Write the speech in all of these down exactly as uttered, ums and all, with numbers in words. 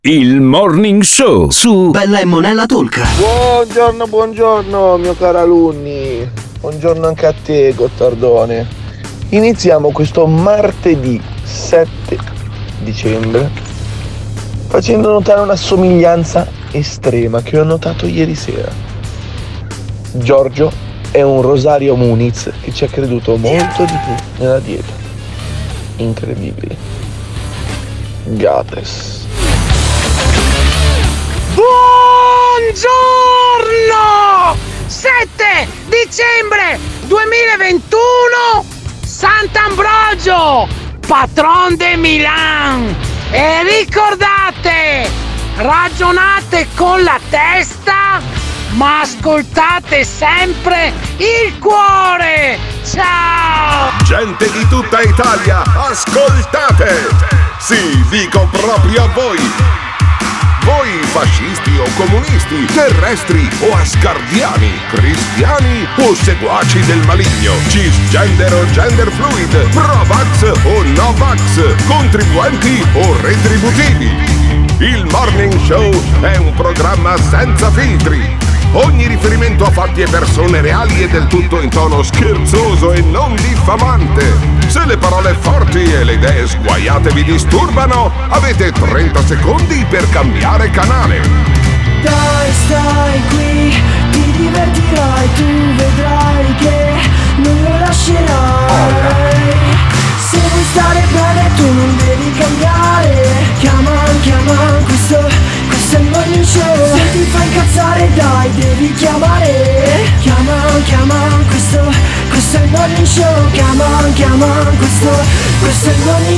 Il Morning Show su Bella e Monella Talk. Buongiorno, buongiorno mio caro alunni. Buongiorno anche a te, Gottardone. Iniziamo questo martedì sette dicembre facendo notare una somiglianza estrema che ho notato ieri sera. Giorgio è un Rosario Muniz che ci ha creduto molto di più nella dieta. Incredibile. Gates. Buongiorno! sette dicembre duemilaventuno, Sant'Ambrogio, patron de Milan. E ricordate, ragionate con la testa, ma ascoltate sempre il cuore. Ciao! Gente di tutta Italia, ascoltate! Sì, dico proprio a voi! Voi fascisti o comunisti, terrestri o asgardiani, cristiani o seguaci del maligno, cisgender o gender fluid, pro-vax o no-vax, contribuenti o retributivi. Il Morning Show è un programma senza filtri. Ogni riferimento a fatti e persone reali è del tutto in tono scherzoso e non diffamante. Se le parole forti e le idee sguaiate vi disturbano, avete trenta secondi per cambiare canale. Dai, stai qui, ti divertirai, tu vedrai che non lo lascerai. Se vuoi stare bene tu non devi cambiare. Chiama, chiama, questo, questo è il Morning Show. Se ti fa incazzare dai, devi chiamare. Chiama, chiama, questo, questo è il Morning Show. Chiama, chiama, questo, questo è il Morning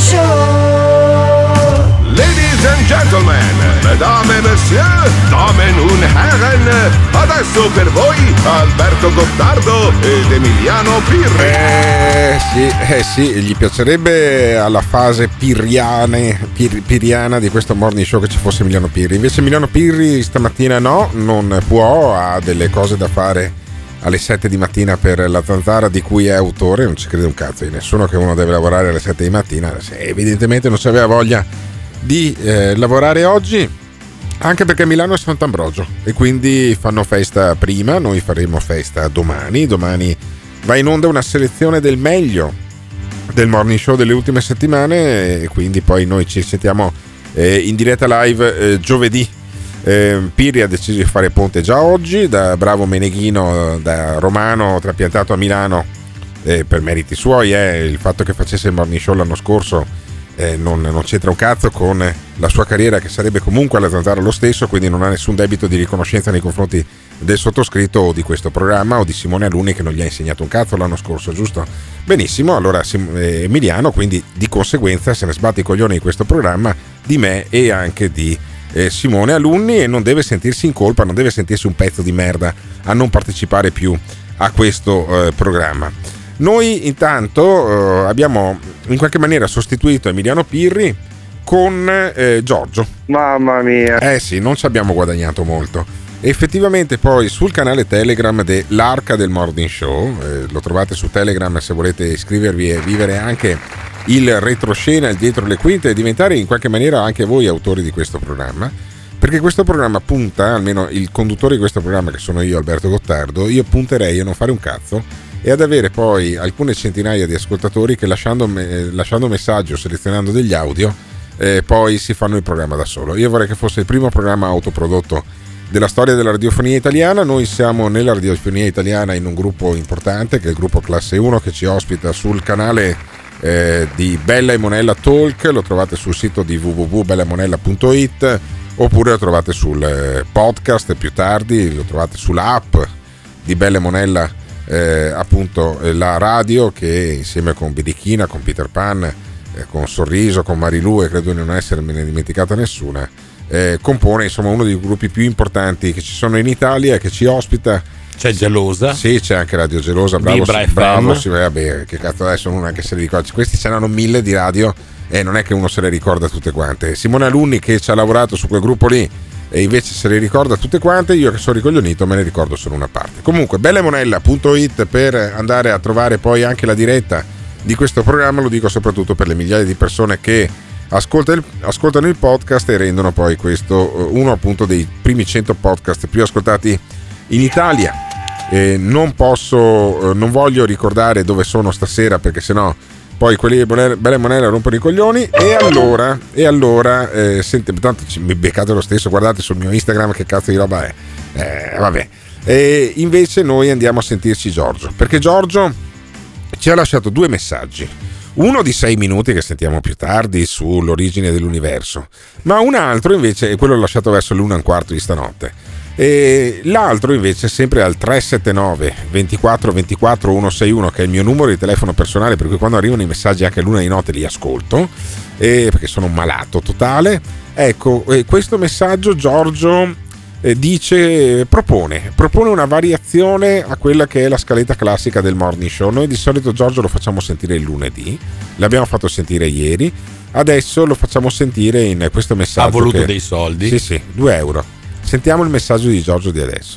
Show. Ladies and gentlemen, mesdames et messieurs, damen und herren, adesso per voi Alberto Gottardo ed Emiliano Pirri. Eh sì, eh sì, gli piacerebbe alla fase pirriane, pir, pirriana di questo Morning Show che ci fosse Emiliano Pirri. Invece Emiliano Pirri stamattina no, non può, ha delle cose da fare alle sette di mattina per la zanzara di cui è autore, non ci crede un cazzo di nessuno che uno deve lavorare alle sette di mattina, evidentemente non si aveva voglia di eh, lavorare oggi, anche perché Milano è Sant'Ambrogio e quindi fanno festa prima, noi faremo festa domani. Domani va in onda una selezione del meglio del Morning Show delle ultime settimane e quindi poi noi ci sentiamo eh, in diretta live eh, giovedì. eh, Pirri ha deciso di fare ponte già oggi, da bravo Meneghino, da romano trapiantato a Milano, eh, per meriti suoi, eh, il fatto che facesse il Morning Show l'anno scorso Eh, non, non c'entra un cazzo con la sua carriera, che sarebbe comunque alla zanzara lo stesso, quindi non ha nessun debito di riconoscenza nei confronti del sottoscritto o di questo programma o di Simone Alunni, che non gli ha insegnato un cazzo l'anno scorso, giusto? Benissimo, allora eh, Emiliano quindi di conseguenza se ne sbatte i coglioni di questo programma, di me e anche di eh, Simone Alunni, e non deve sentirsi in colpa, non deve sentirsi un pezzo di merda a non partecipare più a questo eh, programma. Noi intanto eh, abbiamo in qualche maniera sostituito Emiliano Pirri con eh, Giorgio. Mamma mia. Eh sì, non ci abbiamo guadagnato molto. E effettivamente poi sul canale Telegram dell'Arca del Morning Show, eh, lo trovate su Telegram se volete iscrivervi e vivere anche il retroscena, il dietro le quinte, e diventare in qualche maniera anche voi autori di questo programma, perché questo programma punta, almeno il conduttore di questo programma che sono io, Alberto Gottardo, io punterei a non fare un cazzo e ad avere poi alcune centinaia di ascoltatori che lasciando, eh, lasciando messaggio, selezionando degli audio, eh, poi si fanno il programma da solo. Io vorrei che fosse il primo programma autoprodotto della storia della radiofonia italiana. Noi siamo nella radiofonia italiana in un gruppo importante che è il gruppo Classe uno, che ci ospita sul canale eh, di Bella e Monella Talk. Lo trovate sul sito di w w w punto bella monella punto i t oppure lo trovate sul eh, podcast più tardi, lo trovate sull'app di Bella e Monella, Eh, appunto eh, la radio, che insieme con Birichina, con Peter Pan, eh, con Sorriso, con Marilu, e credo di non essermene dimenticata nessuna, eh, compone insomma uno dei gruppi più importanti che ci sono in Italia, che ci ospita. C'è Gelosa, sì, c'è anche Radio Gelosa, bravo, Vibra bravo, sì, vabbè, che cazzo adesso uno anche se li ricorda, questi ce n'hanno mille di radio e non è che uno se le ricorda tutte quante. Simone Alunni, che ci ha lavorato su quel gruppo lì e invece se le ricorda tutte quante, io che sono ricoglionito me ne ricordo solo una parte. Comunque bellemonella punto i t per andare a trovare poi anche la diretta di questo programma, lo dico soprattutto per le migliaia di persone che ascolta il, ascoltano il podcast e rendono poi questo uno appunto dei primi cento podcast più ascoltati in Italia. Eh, non posso, non voglio ricordare dove sono stasera perché sennò poi quelli di Belle Monelle rompono i coglioni. E allora, e allora eh, senti, tanto mi beccate lo stesso, guardate sul mio Instagram che cazzo di roba è. Eh, vabbè. E invece noi andiamo a sentirci Giorgio, perché Giorgio ci ha lasciato due messaggi. Uno di sei minuti che sentiamo più tardi sull'origine dell'universo, ma un altro invece è quello lasciato verso l'una e un quarto di stanotte. E l'altro invece sempre al tre sette nove ventiquattro ventiquattro centosessantuno, che è il mio numero di telefono personale, per cui quando arrivano i messaggi anche l'una di notte li ascolto, e perché sono un malato totale. Ecco, questo messaggio Giorgio eh, dice, propone propone una variazione a quella che è la scaletta classica del morning show. Noi di solito Giorgio lo facciamo sentire il lunedì, l'abbiamo fatto sentire ieri, adesso lo facciamo sentire in questo messaggio. Ha voluto che... dei soldi? Sì sì, due euro. Sentiamo il messaggio di Giorgio di adesso.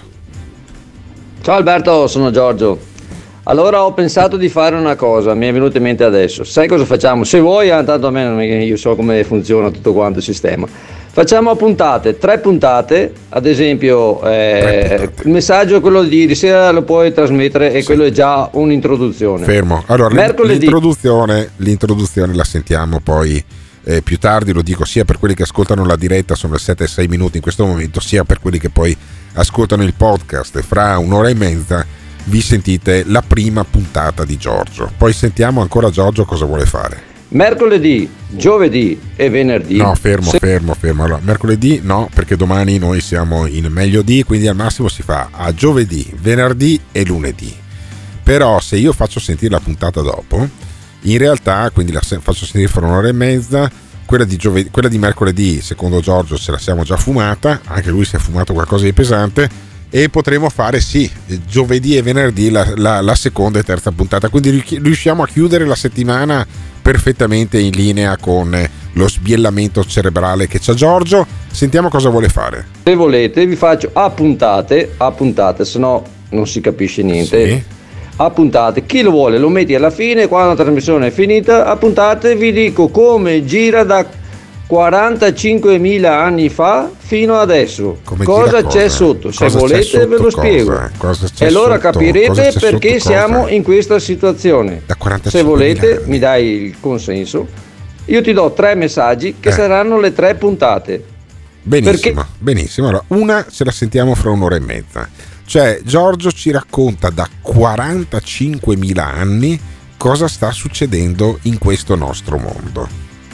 Ciao Alberto, sono Giorgio. Allora ho pensato di fare una cosa, mi è venuta in mente adesso. Sai cosa facciamo? Se vuoi, tanto a me non è che io so come funziona tutto quanto il sistema. Facciamo a puntate, tre puntate, ad esempio eh, puntate. Il messaggio è quello di ieri sera, lo puoi trasmettere e sì. Quello è già un'introduzione. Fermo. Allora, mercoledì... l'introduzione, l'introduzione la sentiamo poi Eh, più tardi, lo dico sia per quelli che ascoltano la diretta, sono le sette e sei minuti in questo momento, sia per quelli che poi ascoltano il podcast. Fra un'ora e mezza vi sentite la prima puntata di Giorgio, poi sentiamo ancora Giorgio cosa vuole fare. Mercoledì, giovedì e venerdì. No, fermo, se... fermo, fermo. Allora, mercoledì no, perché domani noi siamo in meglio di, quindi al massimo si fa a giovedì, venerdì e lunedì. Però se io faccio sentire la puntata dopo, in realtà, quindi la faccio sentire fra un'ora e mezza, quella di, giovedì, quella di mercoledì, secondo Giorgio, ce la siamo già fumata, anche lui si è fumato qualcosa di pesante, e potremo fare, sì, giovedì e venerdì la, la, la seconda e terza puntata, quindi riusciamo a chiudere la settimana perfettamente in linea con lo sbiellamento cerebrale che c'ha Giorgio. Sentiamo cosa vuole fare. Se volete vi faccio a puntate, a puntate, se no non si capisce niente. Sì. A puntate, chi lo vuole lo metti alla fine, quando la trasmissione è finita. A puntate vi dico come gira da quarantacinquemila anni fa fino adesso. Come cosa c'è cosa? Sotto? Se cosa volete sotto ve lo cosa? Spiego cosa e allora sotto? Capirete perché siamo cosa? In questa situazione. Se volete anni. Mi dai il consenso, io ti do tre messaggi che eh. saranno le tre puntate. Benissimo, perché... benissimo. Allora, una ce la sentiamo fra un'ora e mezza. Cioè Giorgio ci racconta da quarantacinquemila anni cosa sta succedendo in questo nostro mondo.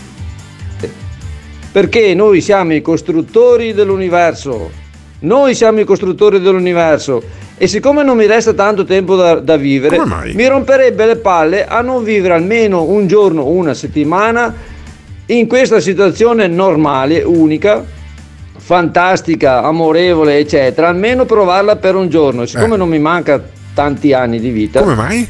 Perché noi siamo i costruttori dell'universo, noi siamo i costruttori dell'universo e siccome non mi resta tanto tempo da, da vivere, mi romperebbe le palle a non vivere almeno un giorno, una settimana in questa situazione normale, unica, fantastica, amorevole, eccetera, almeno provarla per un giorno. Siccome eh. non mi manca tanti anni di vita, come mai?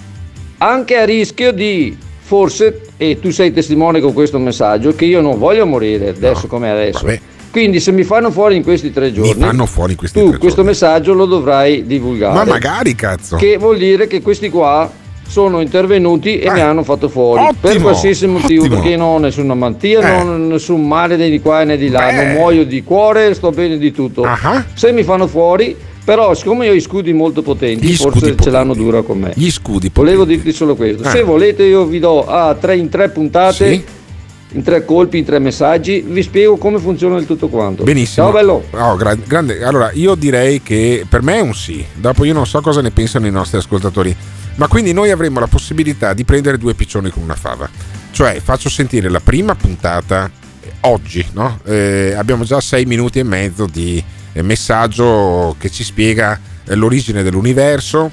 Anche a rischio di, forse, e tu sei testimone con questo messaggio, che io non voglio morire adesso no, come adesso. Vabbè. Quindi se mi fanno fuori in questi tre giorni, mi fanno fuori in questi tu tre questo giorni. messaggio lo dovrai divulgare. Ma magari, cazzo. Che vuol dire che questi qua sono intervenuti e eh, mi hanno fatto fuori ottimo, per qualsiasi motivo, ottimo. Perché non ho nessuna malattia, eh. non ho nessun male né di qua né di là. Beh. Non muoio di cuore, sto bene di tutto. Uh-huh. Se mi fanno fuori, però siccome io ho i scudi molto potenti, gli forse potenti. Ce l'hanno dura con me. Gli scudi potenti. Volevo dirti solo questo. Eh. Se volete io vi do a tre, in tre puntate, sì. In tre colpi, in tre messaggi, vi spiego come funziona il tutto quanto. Benissimo. Ciao bello. Oh, gra- grande. Allora io direi che per me è un sì. Dopo io non so cosa ne pensano i nostri ascoltatori. Ma quindi noi avremo la possibilità di prendere due piccioni con una fava. Cioè faccio sentire la prima puntata oggi, no? Eh, abbiamo già sei minuti e mezzo di eh, messaggio che ci spiega eh, l'origine dell'universo,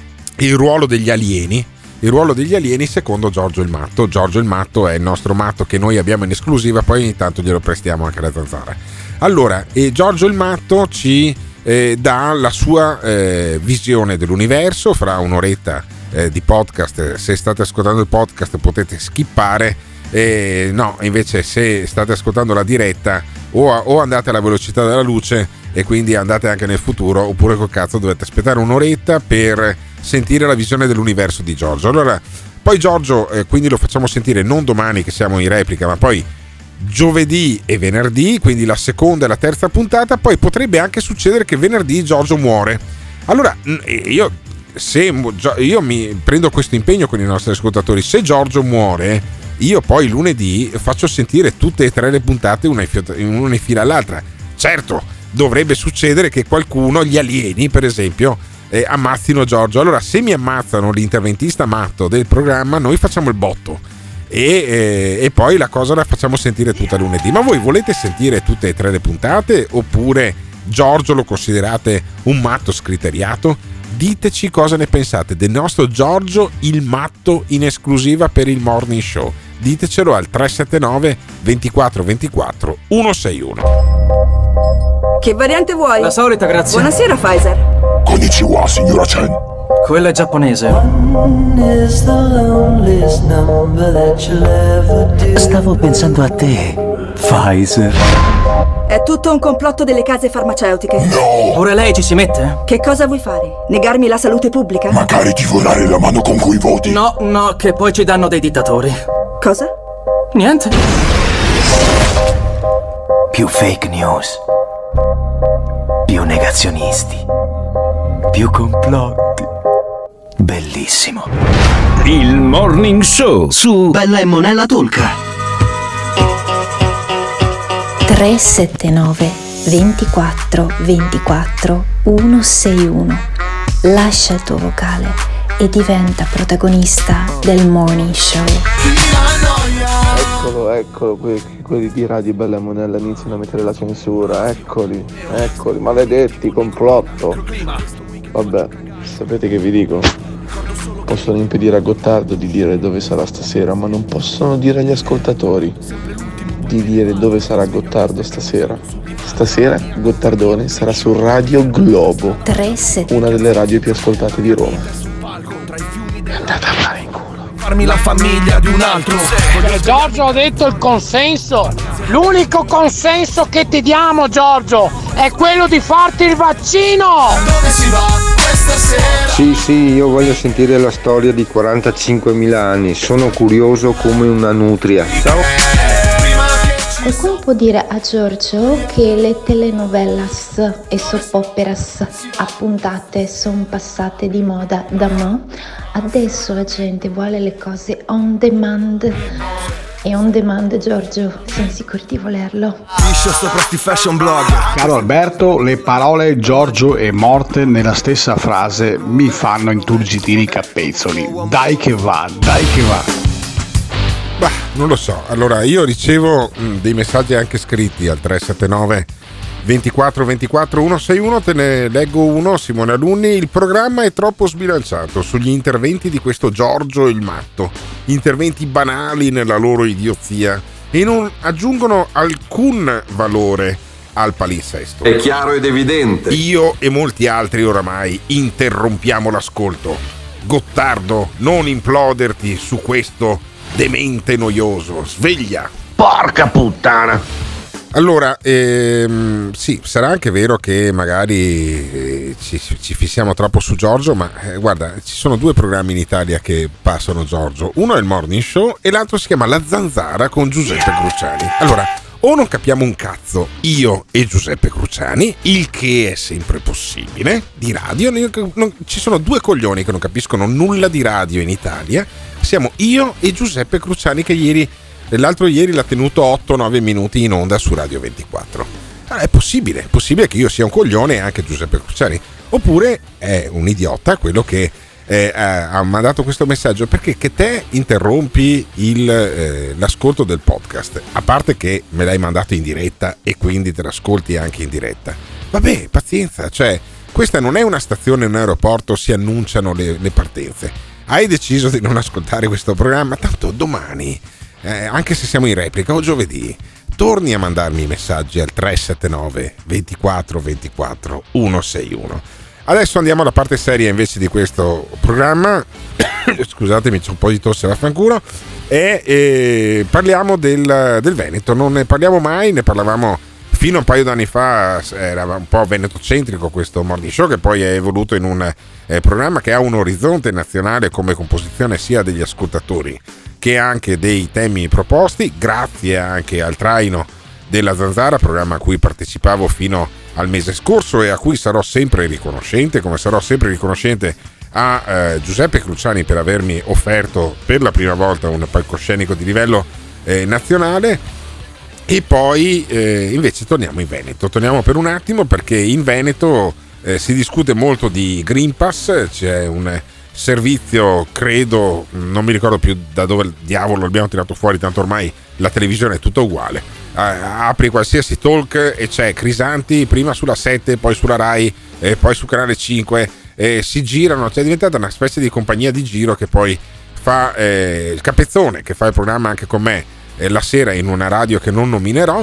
il ruolo degli alieni, il ruolo degli alieni secondo Giorgio il Matto. Giorgio il Matto è il nostro matto che noi abbiamo in esclusiva, poi ogni tanto glielo prestiamo anche alla Zanzara. Allora, e Giorgio il Matto ci eh, dà la sua eh, visione dell'universo. Fra un'oretta eh, di podcast, se state ascoltando il podcast potete skippare, eh, no, invece se state ascoltando la diretta o, o andate alla velocità della luce e quindi andate anche nel futuro, oppure col cazzo dovete aspettare un'oretta per sentire la visione dell'universo di Giorgio. Allora poi Giorgio eh, quindi lo facciamo sentire non domani che siamo in replica, ma poi giovedì e venerdì, quindi la seconda e la terza puntata. Poi potrebbe anche succedere che venerdì Giorgio muore. Allora io, se io mi prendo questo impegno con i nostri ascoltatori, se Giorgio muore, io poi lunedì faccio sentire tutte e tre le puntate una in fila all'altra. Certo, dovrebbe succedere che qualcuno, gli alieni per esempio, eh, ammazzino Giorgio. Allora se mi ammazzano l'interventista matto del programma, noi facciamo il botto. E, e, e poi la cosa la facciamo sentire tutta lunedì. Ma voi volete sentire tutte e tre le puntate oppure Giorgio lo considerate un matto scriteriato? Diteci cosa ne pensate del nostro Giorgio il matto in esclusiva per il Morning Show. Ditecelo al tre sette nove ventiquattro ventiquattro centosessantuno. Che variante vuoi? La solita, grazie. Buonasera, Pfizer. Konnichiwa, signora Chen. Quella è giapponese. Stavo pensando a te, Pfizer. È tutto un complotto delle case farmaceutiche. No! Pure lei ci si mette? Che cosa vuoi fare? Negarmi la salute pubblica? Magari divorare la mano con cui voti. No, no, che poi ci danno dei dittatori. Cosa? Niente. Più fake news. Più negazionisti. Più complotti. Bellissimo. Il Morning Show su Bella e Monella Tulca. tre sette nove ventiquattro ventiquattro centosessantuno. Lascia il tuo vocale e diventa protagonista del Morning Show. Eccolo, eccolo, que- quelli di Radio Bella e Monella iniziano a mettere la censura, eccoli, eccoli, maledetti, complotto. Vabbè, sapete che vi dico? Possono impedire a Gottardo di dire dove sarà stasera, ma non possono dire agli ascoltatori di dire dove sarà Gottardo stasera. Stasera Gottardone sarà su Radio Globo, una delle radio più ascoltate di Roma. Andate a fare in culo. Farmi la famiglia di un altro. Giorgio ha detto il consenso. L'unico consenso che ti diamo, Giorgio, è quello di farti il vaccino. Dove si va questa sera? Sì, sì, io voglio sentire la storia di quarantacinquemila anni. Sono curioso come una nutria. Ciao. Qualcuno può dire a Giorgio che le telenovelas e soap operas a puntate sono passate di moda da mo'. Adesso la gente vuole le cose on demand. E on demand, Giorgio, siamo sicuri di volerlo? Caro Alberto, le parole Giorgio e morte nella stessa frase mi fanno inturgidire i capezzoli. Dai che va, dai che va. Bah, non lo so. Allora, io ricevo mh, dei messaggi anche scritti al tre sette nove ventiquattro ventiquattro centosessantuno. Te ne leggo uno, Simone Alunni. Il programma è troppo sbilanciato sugli interventi di questo Giorgio il matto. Interventi banali nella loro idiozia e non aggiungono alcun valore al palinsesto. È chiaro ed evidente. Io e molti altri oramai interrompiamo l'ascolto. Gottardo, non imploderti su questo demente noioso, sveglia. Porca puttana. Allora, ehm, sì, sarà anche vero che magari eh, ci, ci fissiamo troppo su Giorgio, ma eh, guarda, ci sono due programmi in Italia che passano Giorgio. Uno è il Morning Show e l'altro si chiama La Zanzara con Giuseppe Cruciani. Allora, o non capiamo un cazzo io e Giuseppe Cruciani, il che è sempre possibile, di radio. Non, ci sono due coglioni che non capiscono nulla di radio in Italia. Siamo io e Giuseppe Cruciani, che ieri, l'altro ieri l'ha tenuto otto nove minuti in onda su Radio ventiquattro. Allora, è possibile, è possibile che io sia un coglione e anche Giuseppe Cruciani. Oppure è un idiota quello che eh, ha mandato questo messaggio, perché che te interrompi il, eh, l'ascolto del podcast, a parte che me l'hai mandato in diretta e quindi te l'ascolti anche in diretta. Vabbè, pazienza, cioè questa non è una stazione, un aeroporto, si annunciano le, le partenze. Hai deciso di non ascoltare questo programma, tanto domani, eh, anche se siamo in replica o giovedì, torni a mandarmi i messaggi al tre sette nove ventiquattro ventiquattro centosessantuno. Adesso andiamo alla parte seria invece di questo programma. Scusatemi, c'è un po' di tosse, vaffanculo. E, e parliamo del, del Veneto. Non ne parliamo mai, ne parlavamo fino a un paio d'anni fa. Era un po' venetocentrico questo Morning Show, che poi è evoluto in un eh, programma che ha un orizzonte nazionale come composizione sia degli ascoltatori che anche dei temi proposti, grazie anche al traino della Zanzara, programma a cui partecipavo fino al mese scorso e a cui sarò sempre riconoscente, come sarò sempre riconoscente a eh, Giuseppe Cruciani per avermi offerto per la prima volta un palcoscenico di livello eh, nazionale. E poi eh, invece torniamo in Veneto, torniamo per un attimo perché in Veneto eh, si discute molto di Green Pass, c'è un servizio, credo, non mi ricordo più da dove diavolo l'abbiamo tirato fuori, tanto ormai la televisione è tutta uguale, eh, apri qualsiasi talk e c'è Crisanti prima sulla sette, poi sulla Rai, eh, poi su Canale cinque, eh, si girano, c'è diventata una specie di compagnia di giro che poi fa eh, il Capezzone, che fa il programma anche con me la sera in una radio che non nominerò,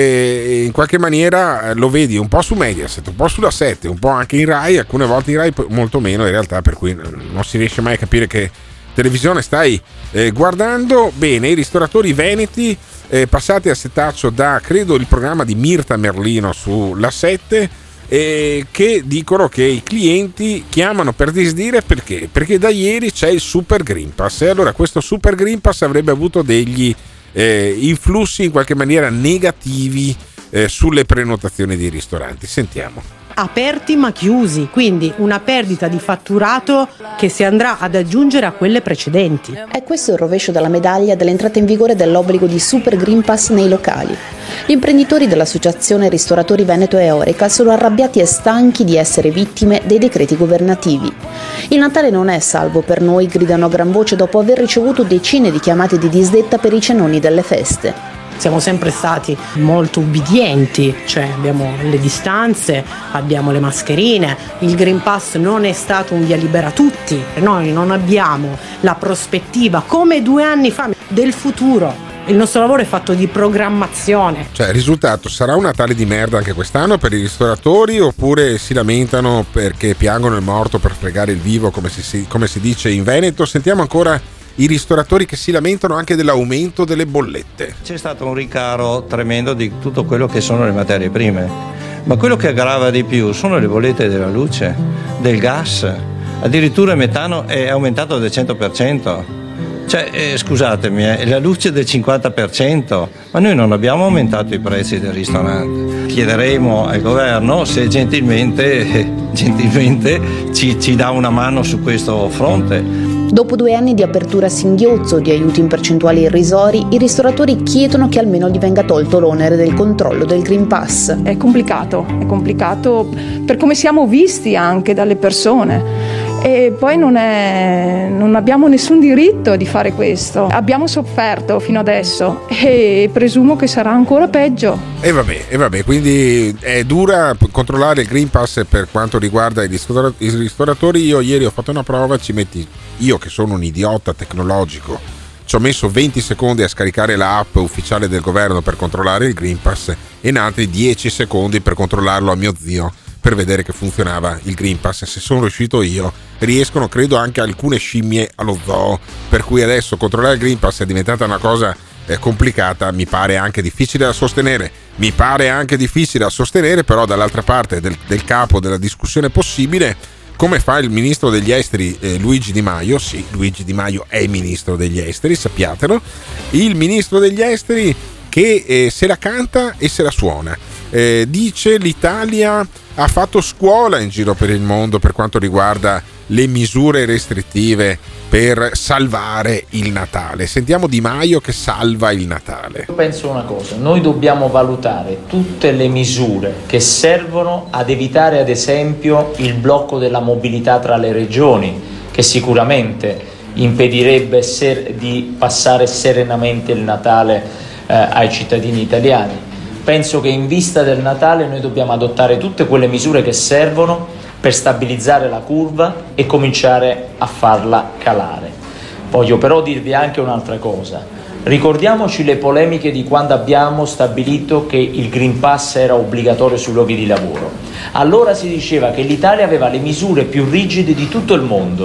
e in qualche maniera lo vedi un po' su Mediaset, un po' sulla sette, un po' anche in Rai, alcune volte in Rai molto meno in realtà, per cui non si riesce mai a capire che televisione stai eh, guardando. Bene, i ristoratori veneti eh, passati a setaccio da credo il programma di Mirta Merlino sulla sette, eh, che dicono che i clienti chiamano per disdire perché perché da ieri c'è il Super Green Pass, e allora questo Super Green Pass avrebbe avuto degli Eh, influssi in qualche maniera negativi eh, sulle prenotazioni dei ristoranti. Sentiamo. Aperti ma chiusi, quindi una perdita di fatturato che si andrà ad aggiungere a quelle precedenti. È questo il rovescio della medaglia dell'entrata in vigore dell'obbligo di Super Green Pass nei locali. Gli imprenditori dell'associazione Ristoratori Veneto e Oreca sono arrabbiati e stanchi di essere vittime dei decreti governativi. Il Natale non è salvo per noi, gridano a gran voce dopo aver ricevuto decine di chiamate di disdetta per i cenoni delle feste. Siamo sempre stati molto ubbidienti, cioè abbiamo le distanze, abbiamo le mascherine, il Green Pass non è stato un via libera a tutti, noi non abbiamo la prospettiva, come due anni fa, del futuro. Il nostro lavoro è fatto di programmazione. Cioè, il risultato sarà un Natale di merda anche quest'anno per i ristoratori, oppure si lamentano perché piangono il morto per fregare il vivo, come si, come si dice in Veneto? Sentiamo ancora i ristoratori che si lamentano anche dell'aumento delle bollette. C'è stato un rincaro tremendo di tutto quello che sono le materie prime, ma quello che aggrava di più sono le bollette della luce, del gas, addirittura il metano è aumentato del cento per cento. Cioè, eh, scusatemi, eh, la luce del cinquanta per cento, ma noi non abbiamo aumentato i prezzi del ristorante. Chiederemo al governo se gentilmente, eh, gentilmente ci, ci dà una mano su questo fronte. Dopo due anni di apertura a singhiozzo, di aiuti in percentuali irrisori, i ristoratori chiedono che almeno gli venga tolto l'onere del controllo del Green Pass. È complicato, è complicato per come siamo visti anche dalle persone. E poi non, è, non abbiamo nessun diritto di fare questo. Abbiamo sofferto fino adesso e presumo che sarà ancora peggio. E vabbè, e vabbè, quindi è dura controllare il Green Pass per quanto riguarda i ristoratori. Io ieri ho fatto una prova, ci metti, io che sono un idiota tecnologico, ci ho messo venti secondi a scaricare l'app ufficiale del governo per controllare il Green Pass e in altri dieci secondi per controllarlo a mio zio, per vedere che funzionava il Green Pass. Se sono riuscito io, riescono credo anche alcune scimmie allo zoo, per cui adesso controllare il Green Pass è diventata una cosa eh, complicata, mi pare anche difficile da sostenere, mi pare anche difficile da sostenere, però dall'altra parte del, del capo della discussione possibile, come fa il ministro degli esteri eh, Luigi Di Maio. Sì, Luigi Di Maio è ministro degli esteri, sappiatelo, il ministro degli esteri che eh, se la canta e se la suona. Eh, dice l'Italia ha fatto scuola in giro per il mondo per quanto riguarda le misure restrittive per salvare il Natale. Sentiamo Di Maio che salva il Natale. Io penso una cosa, noi dobbiamo valutare tutte le misure che servono ad evitare ad esempio il blocco della mobilità tra le regioni, che sicuramente impedirebbe ser- di passare serenamente il Natale eh, ai cittadini italiani. Penso che in vista del Natale noi dobbiamo adottare tutte quelle misure che servono per stabilizzare la curva e cominciare a farla calare. Voglio però dirvi anche un'altra cosa. Ricordiamoci le polemiche di quando abbiamo stabilito che il Green Pass era obbligatorio sui luoghi di lavoro. Allora si diceva che l'Italia aveva le misure più rigide di tutto il mondo.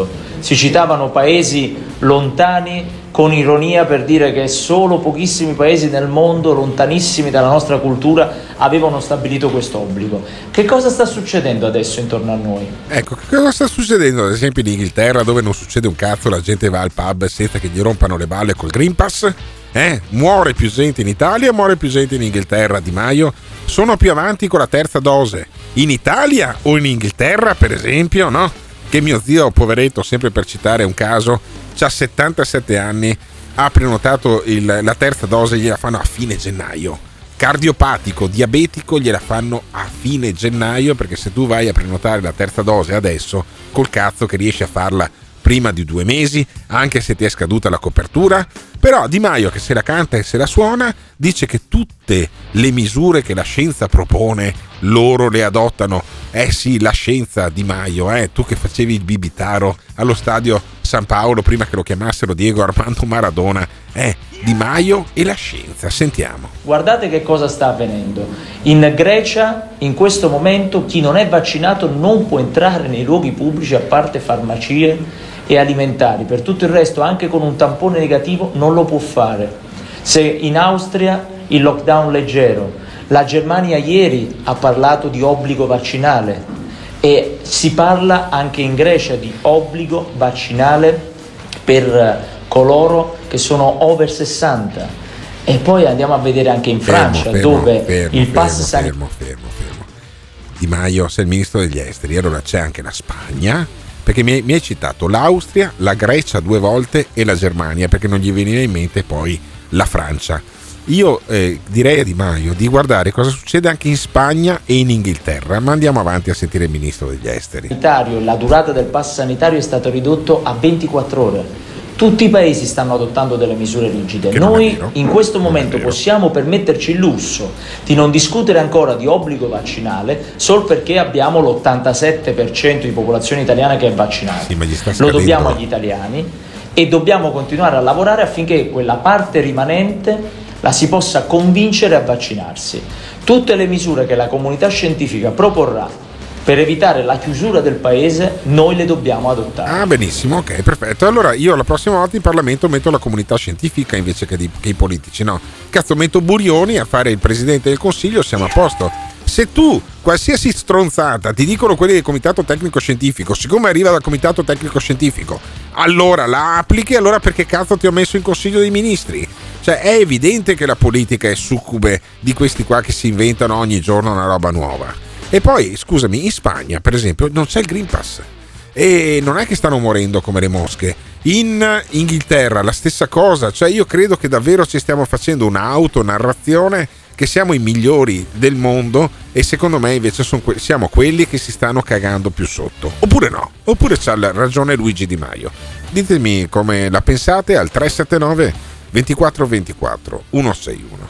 si citavano paesi lontani con ironia per dire che solo pochissimi paesi nel mondo, lontanissimi dalla nostra cultura, avevano stabilito questo obbligo. Che cosa sta succedendo adesso intorno a noi? Ecco, che cosa sta succedendo ad esempio in Inghilterra, dove non succede un cazzo, la gente va al pub senza che gli rompano le balle col Green Pass? Eh? Muore più gente in Italia, muore più gente in Inghilterra. Di Maio, sono più avanti con la terza dose in Italia o in Inghilterra, per esempio, no? Che mio zio, poveretto, sempre per citare un caso, c'ha settantasette anni, ha prenotato il, la terza dose, gliela fanno a fine gennaio. Cardiopatico, diabetico, gliela fanno a fine gennaio, perché se tu vai a prenotare la terza dose adesso, col cazzo che riesci a farla prima di due mesi, anche se ti è scaduta la copertura. Però Di Maio, che se la canta e se la suona, dice che tutte le misure che la scienza propone loro le adottano. Eh sì, la scienza, Di Maio, eh, tu che facevi il bibitaro allo stadio San Paolo prima che lo chiamassero Diego Armando Maradona, eh, Di Maio e la scienza. Sentiamo. Guardate che cosa sta avvenendo. In Grecia, in questo momento, chi non è vaccinato non può entrare nei luoghi pubblici a parte farmacie e alimentari. Per tutto il resto, anche con un tampone negativo, non lo può fare. Se in Austria il lockdown leggero, la Germania ieri ha parlato di obbligo vaccinale e si parla anche in Grecia di obbligo vaccinale per coloro che sono over sessanta. E poi andiamo a vedere anche in Francia, fermo, dove fermo, il fermo, pass sanitario. Fermo, fermo, fermo. Di Maio, sei il ministro degli esteri, allora c'è anche la Spagna, perché mi hai, mi hai citato l'Austria, la Grecia due volte e la Germania, perché non gli veniva in mente poi la Francia. Io eh, direi a Di Maio di guardare cosa succede anche in Spagna e in Inghilterra, ma andiamo avanti a sentire il ministro degli esteri. La durata del pass sanitario è stato ridotto a ventiquattro ore. Tutti i paesi stanno adottando delle misure rigide. Noi in questo momento possiamo permetterci il lusso di non discutere ancora di obbligo vaccinale solo perché abbiamo l'ottantasette per cento di popolazione italiana che è vaccinata. Sì, ma gli sta Lo scadendo. dobbiamo agli italiani e dobbiamo continuare a lavorare affinché quella parte rimanente la si possa convincere a vaccinarsi. Tutte le misure che la comunità scientifica proporrà per evitare la chiusura del paese, noi le dobbiamo adottare. Ah, benissimo, ok, perfetto. Allora io la prossima volta in Parlamento metto la comunità scientifica invece che, di, che i politici, no? Cazzo, metto Burioni a fare il Presidente del Consiglio, siamo a posto. Se tu, qualsiasi stronzata, ti dicono quelli del Comitato Tecnico Scientifico, siccome arriva dal Comitato Tecnico Scientifico, allora la applichi, allora perché cazzo ti ho messo in Consiglio dei Ministri? Cioè è evidente che la politica è succube di questi qua che si inventano ogni giorno una roba nuova. E poi, scusami, in Spagna, per esempio, non c'è il Green Pass. E non è che stanno morendo come le mosche. In Inghilterra la stessa cosa. Cioè io credo che davvero ci stiamo facendo un'autonarrazione che siamo i migliori del mondo e secondo me invece sono que- siamo quelli che si stanno cagando più sotto. Oppure no. Oppure c'ha ragione Luigi Di Maio. Ditemi come la pensate al tre sette nove ventiquattro ventiquattro centosessantuno.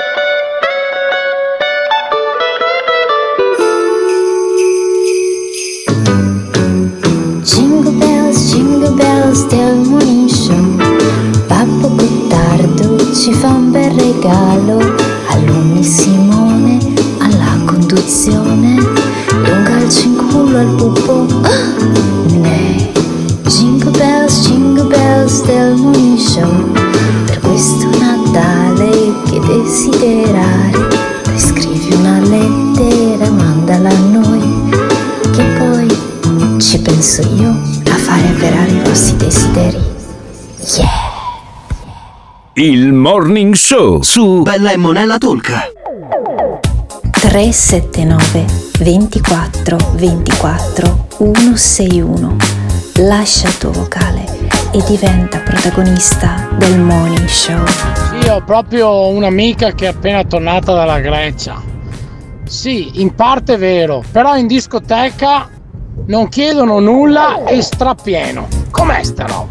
Jingle bells, jingle bells del Morning Show. Babbo Gottardo ci fa un bel regalo. Alunni Simone alla conduzione e un calcio in culo al pupo. Oh, ne. Jingle bells, jingle bells del Morning Show. Per questo Natale che desiderare, poi scrivi una lettera e mandala a noi, che poi ci penso io a fare avverare i vostri desideri. Yeah! Il Morning Show su Bella e Monella Talk. tre sette nove ventiquattro ventiquattro centosessantuno. Lascia il tuo vocale e diventa protagonista del Morning Show. Sì, ho proprio un'amica che è appena tornata dalla Grecia. Sì, in parte è vero, però in discoteca non chiedono nulla e strapieno. Com'è sta roba?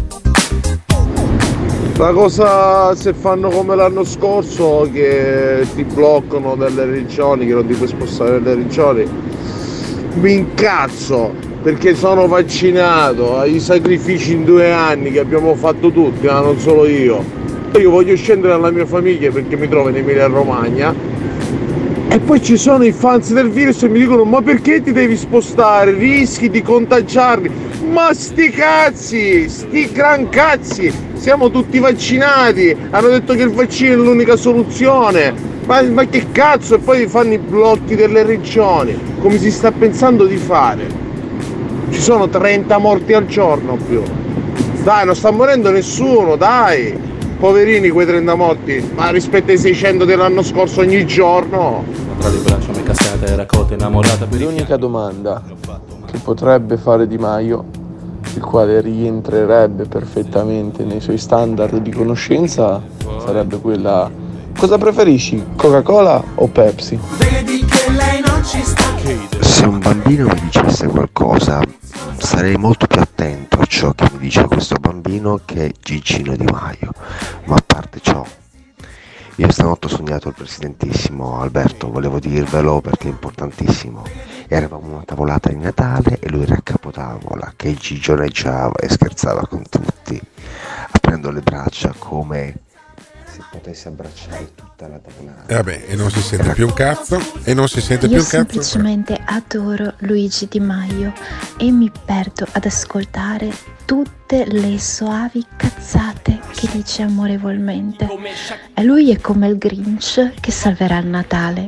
La cosa, se fanno come l'anno scorso, che ti bloccano dalle regioni, che non ti puoi spostare dalle regioni, mi incazzo, perché sono vaccinato, ai sacrifici in due anni che abbiamo fatto tutti, ma non solo io. Io voglio scendere dalla mia famiglia perché mi trovo in Emilia Romagna. E poi ci sono i fans del virus e mi dicono: ma perché ti devi spostare? Rischi di contagiarli. Ma sti cazzi, sti gran cazzi, siamo tutti vaccinati, hanno detto che il vaccino è l'unica soluzione, ma, ma che cazzo, e poi fanno i blocchi delle regioni, come si sta pensando di fare? Ci sono trenta morti al giorno più, dai, non sta morendo nessuno, dai, poverini quei trenta morti, ma rispetto ai seicento dell'anno scorso ogni giorno. Tra le braccia mi cassate, raccolta innamorata per l'unica domanda che potrebbe fare Di Maio, il quale rientrerebbe perfettamente nei suoi standard di conoscenza, sarebbe quella: cosa preferisci, Coca-Cola o Pepsi? Vedi che lei non ci sta. Se un bambino mi dicesse qualcosa, sarei molto più attento a ciò che mi dice questo bambino che è Gigino Di Maio. Ma a parte ciò, io stanotte ho sognato il presidentissimo Alberto, volevo dirvelo perché è importantissimo. Eravamo a una tavolata di Natale e lui era a capotavola che gigioneggiava e scherzava con tutti, aprendo le braccia come se potesse abbracciare tutta la tavolata. E vabbè, e non si sente più un cazzo, e non si sente Io più un cazzo. semplicemente adoro Luigi Di Maio e mi perdo ad ascoltare tutte le soavi cazzate che dice amorevolmente. E lui è come il Grinch che salverà il Natale.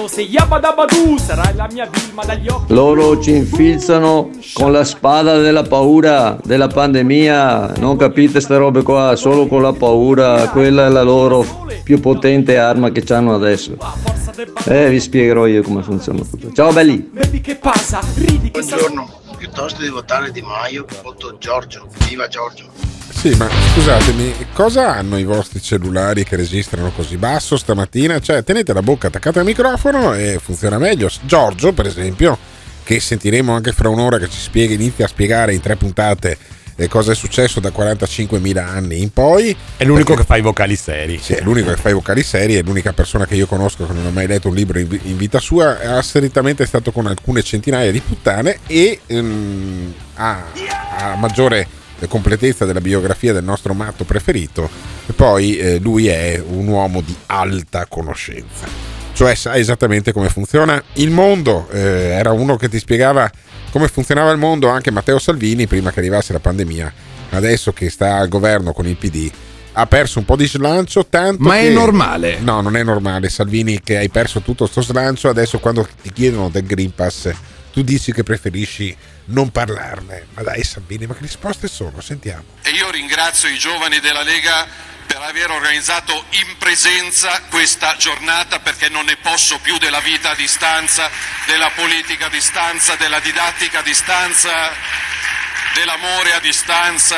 Loro ci infilzano con la spada della paura, della pandemia, non capite ste robe qua, solo con la paura, quella è la loro più potente arma che hanno adesso. Eh, vi spiegherò io come funziona tutto. Ciao belli! Buongiorno, piuttosto di votare Di Maio, voto Giorgio, viva Giorgio! Sì, ma scusatemi, cosa hanno i vostri cellulari che registrano così basso stamattina? Cioè, tenete la bocca attaccata al microfono e funziona meglio. Giorgio, per esempio, che sentiremo anche fra un'ora che ci spiega, inizia a spiegare in tre puntate eh, cosa è successo da quarantacinquemila anni in poi. È l'unico perché, che fa i vocali seri. Sì, è l'unico che fa i vocali seri, è l'unica persona che io conosco che non ha mai letto un libro in, in vita sua, ha solitamente stato con alcune centinaia di puttane e um, ha, ha maggiore completezza della biografia del nostro matto preferito. E poi eh, lui è un uomo di alta conoscenza, cioè sa esattamente come funziona il mondo. Eh, era uno che ti spiegava come funzionava il mondo anche Matteo Salvini prima che arrivasse la pandemia. Adesso che sta al governo con il P D ha perso un po' di slancio, tanto ma che... è normale? No, non è normale, Salvini, che hai perso tutto sto slancio. Adesso quando ti chiedono del Green Pass tu dici che preferisci non parlarne. Ma dai Salvini, ma che risposte sono? Sentiamo. E io ringrazio i giovani della Lega per aver organizzato in presenza questa giornata, perché non ne posso più della vita a distanza, della politica a distanza, della didattica a distanza, dell'amore a distanza.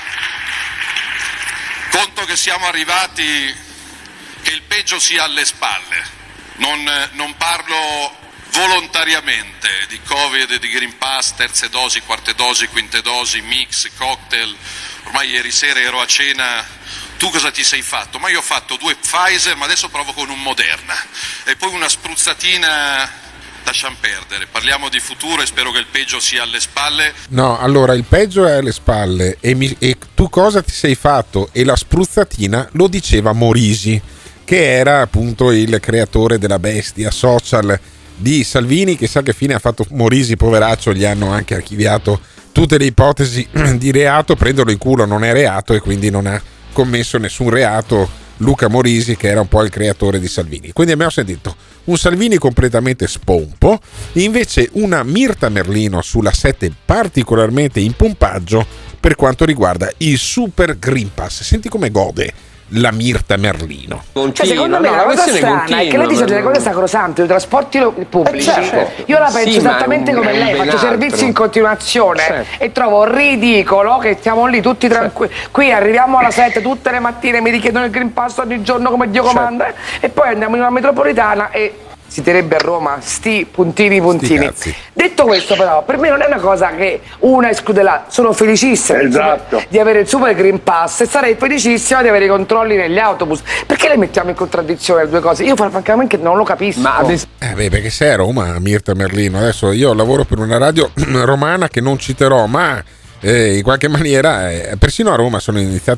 Conto che siamo arrivati, che il peggio sia alle spalle. Non, non parlo volontariamente di Covid, di Green Pass, terze dosi, quarte dosi, quinte dosi, mix, cocktail. Ormai ieri sera ero a cena. Tu cosa ti sei fatto? Ma io ho fatto due Pfizer, ma adesso provo con un Moderna e poi una spruzzatina. Lasciamo perdere, parliamo di futuro e spero che il peggio sia alle spalle. No, allora il peggio è alle spalle e, mi, e tu cosa ti sei fatto? E la spruzzatina lo diceva Morisi, che era appunto il creatore della bestia social di Salvini, che sa che fine ha fatto Morisi, poveraccio, gli hanno anche archiviato tutte le ipotesi di reato, prenderlo in culo non è reato e quindi non ha commesso nessun reato Luca Morisi, che era un po' il creatore di Salvini. Quindi abbiamo sentito un Salvini completamente spompo, invece una Mirta Merlino sulla sette particolarmente in pompaggio per quanto riguarda il Super Green Pass. Senti come gode la Mirta Merlino. Cioè, secondo me no, la cosa strana continua, è che lei dice delle cose sacrosante, i trasporti pubblici. Eh, certo. Io la penso sì, esattamente come lei, faccio altro. servizi in continuazione certo. e trovo ridicolo che stiamo lì tutti tranquilli. Certo. Qui arriviamo alla sette tutte le mattine, mi richiedono il Green Pass ogni giorno come Dio certo. comanda e poi andiamo in una metropolitana e si direbbe a Roma sti puntini puntini. Detto questo però, per me non è una cosa che una esclude la. Sono felicissima esatto. di avere il Super Green Pass e sarei felicissima di avere i controlli negli autobus. Perché le mettiamo in contraddizione le due cose? Io francamente non lo capisco. Ma adesso... eh beh, perché sei a Roma, Mirta Merlino. Adesso io lavoro per una radio romana che non citerò, ma eh, in qualche maniera eh, persino a Roma sono iniziati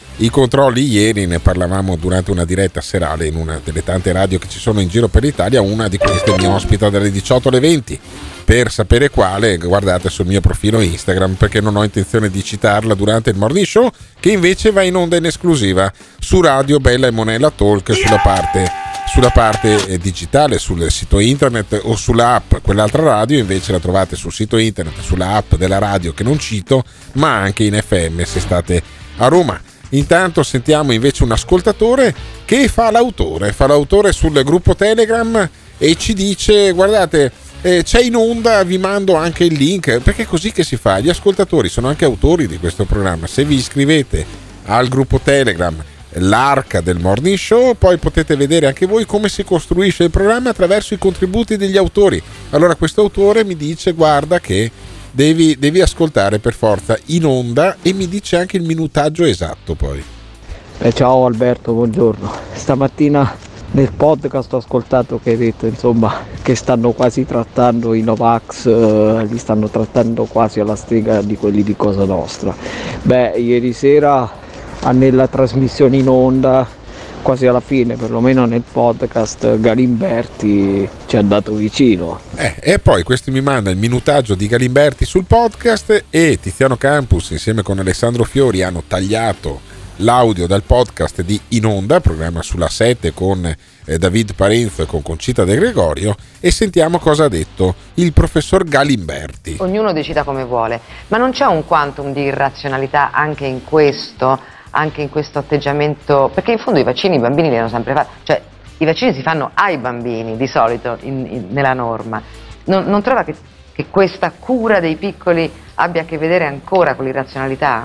i controlli ieri, ne parlavamo durante una diretta serale in una delle tante radio che ci sono in giro per l'Italia. Una di queste mi ospita dalle diciotto alle venti. Per sapere quale, guardate sul mio profilo Instagram, perché non ho intenzione di citarla durante il Morning Show, che invece va in onda in esclusiva su Radio Bella e Monella Talk, sulla parte, sulla parte eh, digitale, sul sito internet o sulla app. Quell'altra radio invece la trovate sul sito internet, sulla app della radio che non cito, ma anche in F M se state a Roma. Intanto sentiamo invece un ascoltatore che fa l'autore, fa l'autore sul gruppo Telegram e ci dice: guardate, eh, c'è in onda, vi mando anche il link, perché è così che si fa. Gli ascoltatori sono anche autori di questo programma. Se vi iscrivete al gruppo Telegram, l'Arca del Morning Show, poi potete vedere anche voi come si costruisce il programma attraverso i contributi degli autori. Allora questo autore mi dice: guarda che Devi, devi ascoltare per forza in onda, e mi dice anche il minutaggio esatto poi. Eh, ciao Alberto, buongiorno. Stamattina nel podcast ho ascoltato che hai detto, insomma, che stanno quasi trattando i Novax, eh, li stanno trattando quasi alla stregua di quelli di Cosa Nostra. Beh, ieri sera nella trasmissione in onda, quasi alla fine, perlomeno nel podcast, Galimberti ci è andato vicino. Eh, e poi questo mi manda il minutaggio di Galimberti sul podcast, e Tiziano Campus insieme con Alessandro Fiori hanno tagliato l'audio dal podcast di In Onda, programma sulla sette con eh, David Parenzo e con Concita De Gregorio, e sentiamo cosa ha detto il professor Galimberti. Ognuno decida come vuole, ma non c'è un quantum di irrazionalità anche in questo? Anche in questo atteggiamento, perché in fondo i vaccini i bambini li hanno sempre fatti, cioè i vaccini si fanno ai bambini di solito in, in, nella norma. Non, non trova che, che questa cura dei piccoli abbia a che vedere ancora con l'irrazionalità?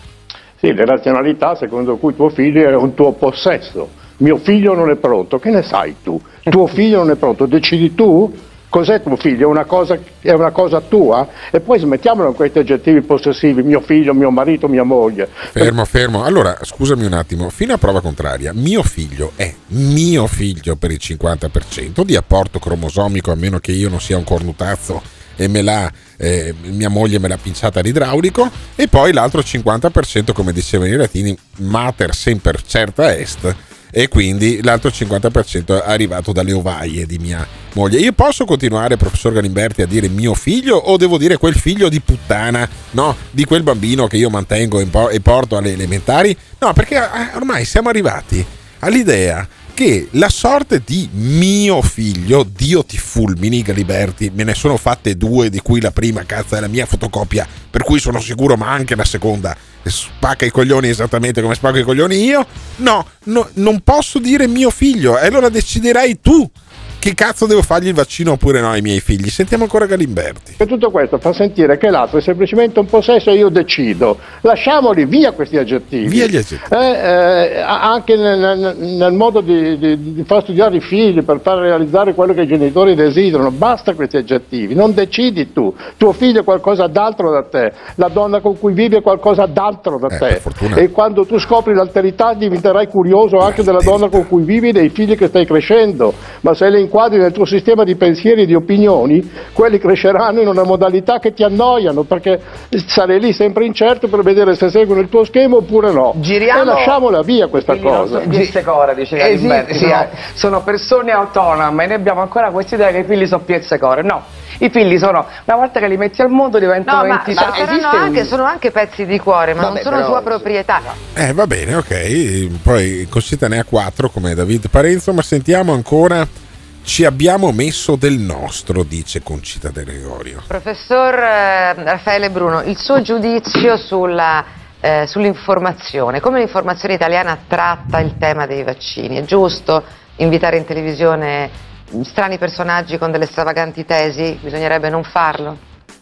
Sì, l'irrazionalità secondo cui tuo figlio è un tuo possesso. Mio figlio non è pronto, che ne sai tu? Tuo figlio non è pronto, decidi tu? Cos'è tuo figlio? È una cosa, è una cosa tua? E poi smettiamola con questi aggettivi possessivi, mio figlio, mio marito, mia moglie. Fermo, fermo. Allora, scusami un attimo, fino a prova contraria, mio figlio è mio figlio per il cinquanta per cento di apporto cromosomico, a meno che io non sia un cornutazzo e me l'ha, eh, mia moglie me l'ha pinciata all'idraulico, e poi l'altro cinquanta per cento, come dicevano i latini, mater semper certa est, e quindi l'altro cinquanta per cento è arrivato dalle ovaie di mia moglie. Io posso continuare, professor Galimberti, a dire mio figlio, o devo dire quel figlio di puttana, no, di quel bambino che io mantengo e porto alle elementari? No, perché ormai siamo arrivati all'idea che la sorte di mio figlio, Dio ti fulmini Galimberti, me ne sono fatte due, di cui la prima cazzo è la mia fotocopia, per cui sono sicuro, ma anche la seconda spacca i coglioni esattamente come spacco i coglioni io. No, no, non posso dire mio figlio, e allora deciderai tu che cazzo devo fargli il vaccino oppure no ai miei figli. Sentiamo ancora Galimberti. E tutto questo fa sentire che l'altro è semplicemente un possesso e io decido. Lasciamoli via questi aggettivi. Via gli aggettivi. Eh, eh, anche nel, nel, nel modo di, di, di far studiare i figli per far realizzare quello che i genitori desiderano. Basta questi aggettivi. Non decidi tu. Tuo figlio è qualcosa d'altro da te. La donna con cui vivi è qualcosa d'altro da eh, te. E quando tu scopri l'alterità diventerai curioso anche della donna con cui vivi e dei figli che stai crescendo. Ma se le quadri nel tuo sistema di pensieri e di opinioni, quelli cresceranno in una modalità che ti annoiano, perché sarai lì sempre incerto per vedere se seguono il tuo schema oppure no. Giriamo, e lasciamola via questa cosa. Piezzecore, dice Galimberti, sì, sono, sono persone autonome, noi abbiamo ancora questa idea che i figli sono piezzecore. No, i figli sono, una volta che li metti al mondo diventano no, ma, entità. ma saranno anche, sono anche pezzi di cuore, ma Vabbè, non sono però, sua proprietà. Eh va bene, ok, poi Concita ne ha quattro come David Parenzo, ma sentiamo ancora. Ci abbiamo messo del nostro, dice Concita De Gregorio. Professor eh, Raffaele Bruno, il suo giudizio sulla, eh, sull'informazione, come l'informazione italiana tratta il tema dei vaccini? È giusto invitare in televisione strani personaggi con delle stravaganti tesi? Bisognerebbe non farlo?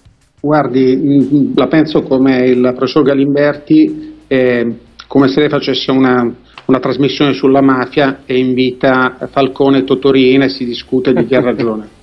Guardi, la penso come il professor Galimberti, eh, come se lei facesse una... una trasmissione sulla mafia e invita Falcone e Totorina e si discute di chi ha ragione.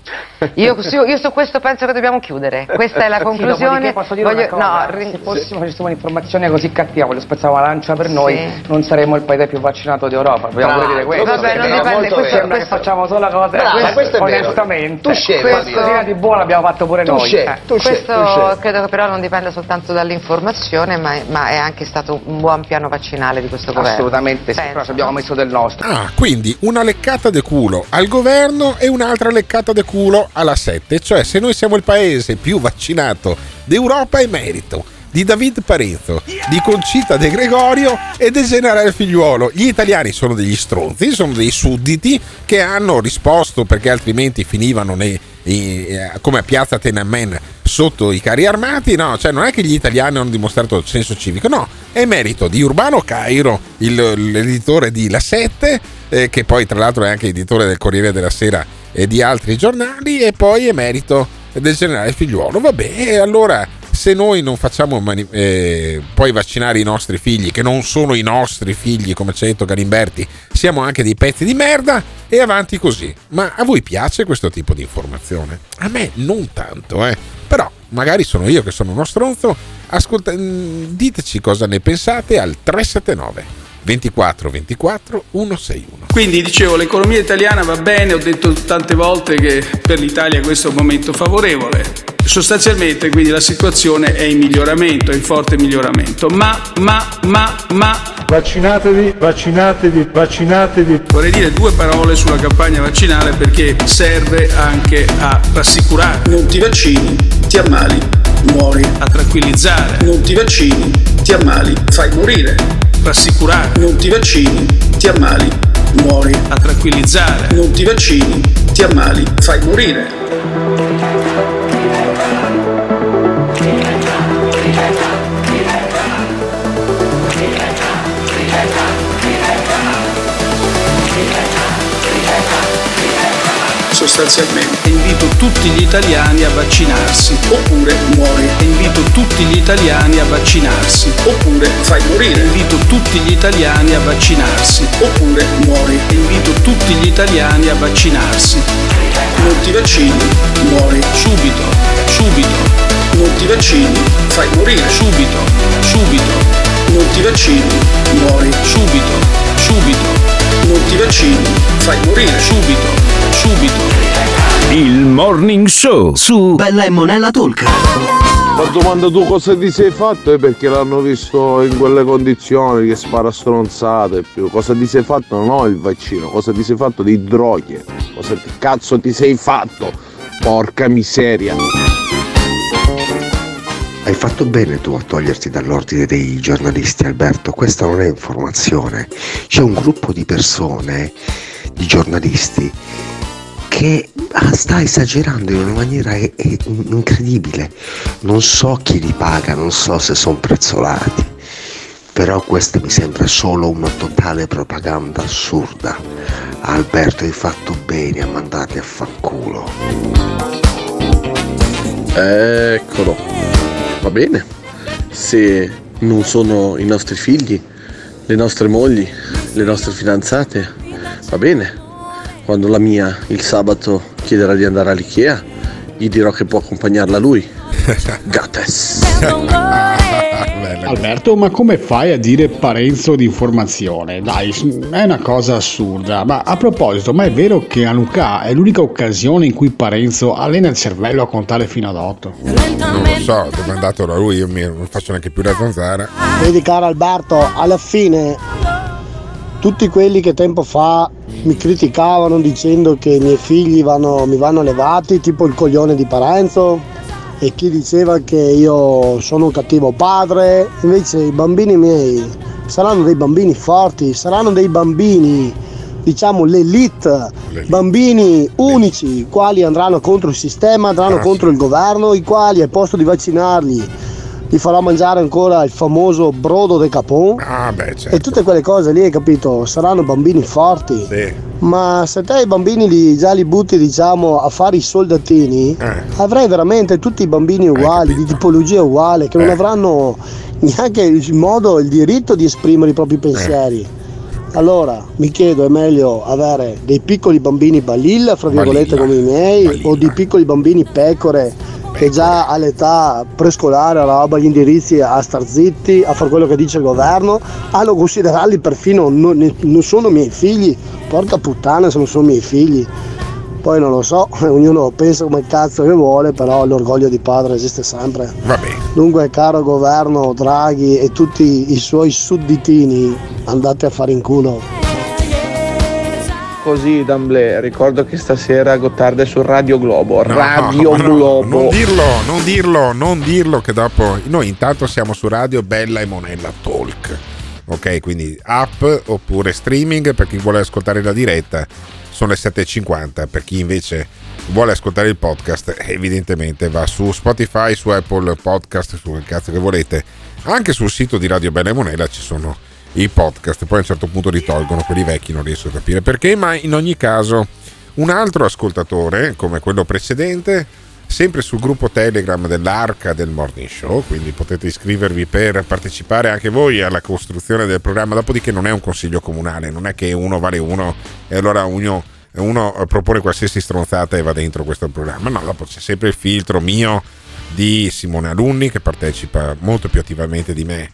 Io, su, io su questo penso che dobbiamo chiudere. Questa è la conclusione. Sì, posso dire Voglio, una cosa? no, se fossimo facessimo un'informazione così cattiva, voglio spezzare una lancia per noi, sì. non saremmo il paese più vaccinato d'Europa. Vogliamo pure dire questo. Vabbè, non dipende, questo, sembra questo, che facciamo solo cose brava, questo onestamente. Tu scegli, qualcosina di buono abbiamo fatto pure tu noi. Scegli, eh. tu questo tu credo che però non dipenda soltanto dall'informazione, ma, ma è anche stato un buon piano vaccinale di questo governo. Assolutamente sì, però ci abbiamo messo del nostro. Ah, quindi una leccata de culo al governo e un'altra leccata de culo alla sette. Cioè, se noi siamo il paese più vaccinato d'Europa è merito di David Parenzo, di Concita De Gregorio e del generale Figliuolo. Gli italiani sono degli stronzi, sono dei sudditi che hanno risposto perché altrimenti finivano nei, eh, come a Piazza Tiananmen sotto i carri armati. No, cioè non è che gli italiani hanno dimostrato il senso civico, no, è merito di Urbano Cairo, il, l'editore di La Sette, eh, che poi tra l'altro è anche editore del Corriere della Sera e di altri giornali, e poi è merito del generale Figliuolo. Vabbè, allora se noi non facciamo mani- eh, poi vaccinare i nostri figli, che non sono i nostri figli come ci ha detto Galimberti, siamo anche dei pezzi di merda, e avanti così. Ma a voi piace questo tipo di informazione? A me non tanto, eh. Però magari sono io che sono uno stronzo. Ascolta, diteci cosa ne pensate al tre sette nove ventiquattro ventiquattro centosessantuno. Quindi dicevo, l'economia italiana va bene, ho detto tante volte che per l'Italia questo è un momento favorevole. Sostanzialmente quindi la situazione è in miglioramento, è in forte miglioramento, ma, ma, ma, ma vaccinatevi, vaccinatevi, vaccinatevi. Vorrei dire due parole sulla campagna vaccinale perché serve anche a rassicurare. Non ti vaccini, ti ammali, muori. A tranquillizzare. Non ti vaccini, ti ammali, fai morire. Rassicurare. Non ti vaccini, ti ammali, muori. A tranquillizzare. Non ti vaccini, ti ammali, fai morire. Sostanzialmente invito tutti gli italiani a vaccinarsi oppure muori. Invito tutti gli italiani a vaccinarsi oppure fai morire. Invito tutti gli italiani a vaccinarsi oppure muori. Invito tutti gli italiani a vaccinarsi. Non ti vaccini, muori subito, subito. Non ti vaccini, fai morire subito, subito. Non ti vaccini, muori subito, subito. Non ti vaccini, fai morire subito, subito. Il Morning Show su Bella e Monella Talk. Ma domanda tu cosa ti sei fatto è perché l'hanno visto in quelle condizioni che spara stronzate più. Cosa ti sei fatto? Non ho il vaccino, cosa ti sei fatto di droghe? Cosa ti cazzo ti sei fatto? Porca miseria. Hai fatto bene tu a toglierti dall'ordine dei giornalisti, Alberto, questa non è informazione. C'è un gruppo di persone, di giornalisti, che sta esagerando in una maniera è, è incredibile. Non so chi li paga, non so se sono prezzolati, però questa mi sembra solo una totale propaganda assurda. Alberto, hai fatto bene a mandarli a fanculo. Eccolo. Va bene, se non sono i nostri figli, le nostre mogli, le nostre fidanzate, va bene. Quando la mia il sabato chiederà di andare all'Ikea, gli dirò che può accompagnarla lui. Gattes. Alberto, ma come fai a dire Parenzo di informazione? Dai, è una cosa assurda. Ma a proposito, ma è vero che Hanukkah è l'unica occasione in cui Parenzo allena il cervello a contare fino ad otto? Non lo so, domandatelo a lui, io mi, non faccio neanche più la zanzara. Vedi caro Alberto, alla fine tutti quelli che tempo fa mi criticavano dicendo che i miei figli vanno, mi vanno levati, tipo il coglione di Parenzo, e chi diceva che io sono un cattivo padre. Invece i bambini miei saranno dei bambini forti, saranno dei bambini, diciamo l'elite, l'elite. Bambini unici, i quali andranno contro il sistema, andranno ah, contro sì. il governo, i quali al posto di vaccinarli li farò mangiare ancora il famoso brodo de capon. Ah, beh, certo. E tutte quelle cose lì, hai capito? Saranno bambini forti. Sì. Ma se te i bambini li, già li butti, diciamo, a fare i soldatini, eh. avrai veramente tutti i bambini uguali, di tipologia uguale, che eh. non avranno neanche il modo, il diritto di esprimere i propri pensieri. Eh. Allora mi chiedo, è meglio avere dei piccoli bambini balilla, fra virgolette, come i miei, balilla. O dei piccoli bambini pecore, pecore che già all'età prescolare roba, gli indirizzi a star zitti, a fare quello che dice il governo, a non considerarli perfino, non, non sono miei figli, porca puttana se non sono miei figli. Poi non lo so, ognuno pensa come cazzo che vuole, però l'orgoglio di padre esiste sempre. Vabbè. Dunque, caro governo Draghi e tutti i suoi sudditini, andate a fare in culo. Così d'amblè, ricordo che stasera Gottardo è su Radio Globo. No, Radio no, Globo. Non dirlo, non dirlo, non dirlo che dopo. Noi intanto siamo su Radio Bella e Monella Talk. Ok, quindi app oppure streaming per chi vuole ascoltare la diretta. Sono le sette e cinquanta, per chi invece vuole ascoltare il podcast evidentemente va su Spotify, su Apple Podcast, su che cazzo che volete, anche sul sito di Radio Bella e Monella ci sono i podcast, poi a un certo punto li tolgono, quelli vecchi non riesco a capire perché, ma in ogni caso un altro ascoltatore come quello precedente, sempre sul gruppo Telegram dell'Arca del Morning Show, quindi potete iscrivervi per partecipare anche voi alla costruzione del programma, dopodiché non è un consiglio comunale, non è che uno vale uno e allora uno, uno propone qualsiasi stronzata e va dentro questo programma, no, dopo c'è sempre il filtro mio di Simone Alunni che partecipa molto più attivamente di me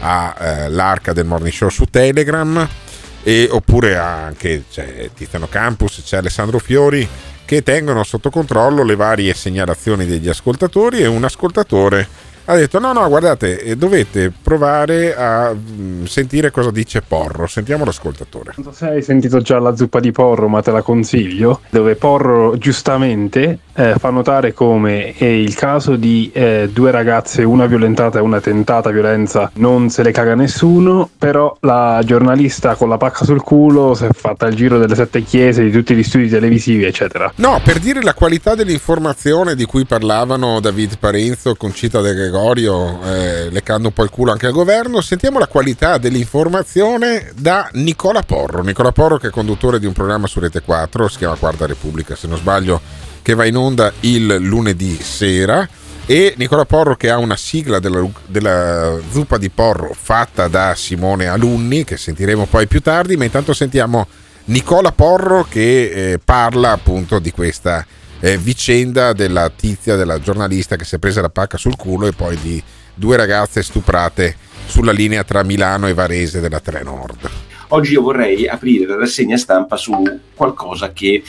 all'Arca del Morning Show su Telegram, e oppure anche c'è Tiziano Campus, c'è Alessandro Fiori che tengono sotto controllo le varie segnalazioni degli ascoltatori, e un ascoltatore ha detto no no guardate, dovete provare a sentire cosa dice Porro. Sentiamo l'ascoltatore. Non so se hai sentito già la zuppa di Porro, ma te la consiglio, dove Porro giustamente eh, fa notare come è il caso di eh, due ragazze, una violentata e una tentata violenza, non se le caga nessuno, però la giornalista con la pacca sul culo si è fatta il giro delle sette chiese, di tutti gli studi televisivi eccetera. No, per dire la qualità dell'informazione di cui parlavano David Parenzo, Concita De Gregorio, eh, leccando un po' il culo anche al governo, sentiamo la qualità dell'informazione da Nicola Porro. Nicola Porro che è conduttore di un programma su Rete quattro, si chiama Quarta Repubblica se non sbaglio, che va in onda il lunedì sera, e Nicola Porro che ha una sigla della, della zuppa di Porro fatta da Simone Alunni, che sentiremo poi più tardi, ma intanto sentiamo Nicola Porro che eh, parla appunto di questa eh, vicenda della tizia, della giornalista che si è presa la pacca sul culo, e poi di due ragazze stuprate sulla linea tra Milano e Varese della Trenord. Oggi io vorrei aprire la rassegna stampa su qualcosa che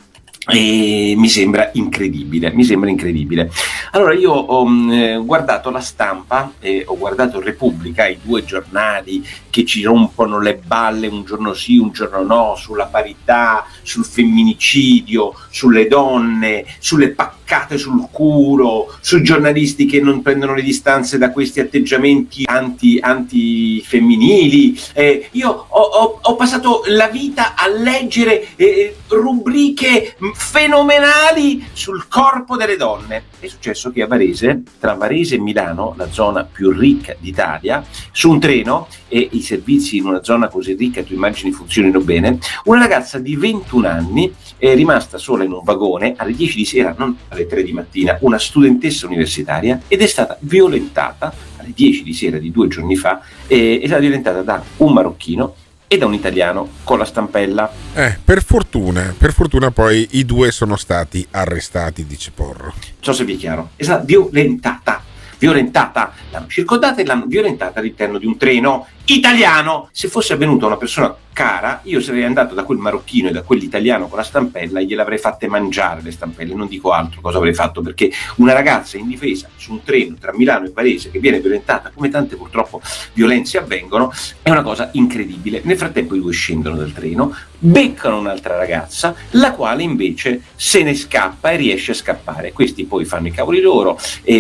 E mi sembra incredibile, mi sembra incredibile. Allora io ho eh, guardato La Stampa e ho guardato Repubblica, i due giornali che ci rompono le balle un giorno sì, un giorno no, sulla parità, sul femminicidio, sulle donne, sulle paccate sul culo, sui giornalisti che non prendono le distanze da questi atteggiamenti anti, anti-femminili. Eh, io ho, ho, ho passato la vita a leggere eh, rubriche fenomenali sul corpo delle donne. È successo che a Varese, tra Varese e Milano, la zona più ricca d'Italia, su un treno, e i servizi in una zona così ricca tu immagini funzionino bene, una ragazza di ventuno anni è rimasta sola in un vagone alle dieci di sera, non alle tre di mattina, una studentessa universitaria, ed è stata violentata alle dieci di sera di due giorni fa, e è stata violentata da un marocchino e da un italiano con la stampella. Eh, per fortuna, per fortuna poi i due sono stati arrestati, dice Porro. Non so se vi è chiaro, è stata violentata, violentata, l'hanno circondata e l'hanno violentata all'interno di un treno italiano. Se fosse avvenuto a una persona cara, io sarei andato da quel marocchino e da quell'italiano con la stampella e gliel'avrei fatte mangiare le stampelle, non dico altro cosa avrei fatto, perché una ragazza indifesa su un treno tra Milano e Varese che viene violentata, come tante purtroppo violenze avvengono, è una cosa incredibile. Nel frattempo i due scendono dal treno, beccano un'altra ragazza, la quale invece se ne scappa e riesce a scappare. Questi poi fanno i cavoli loro,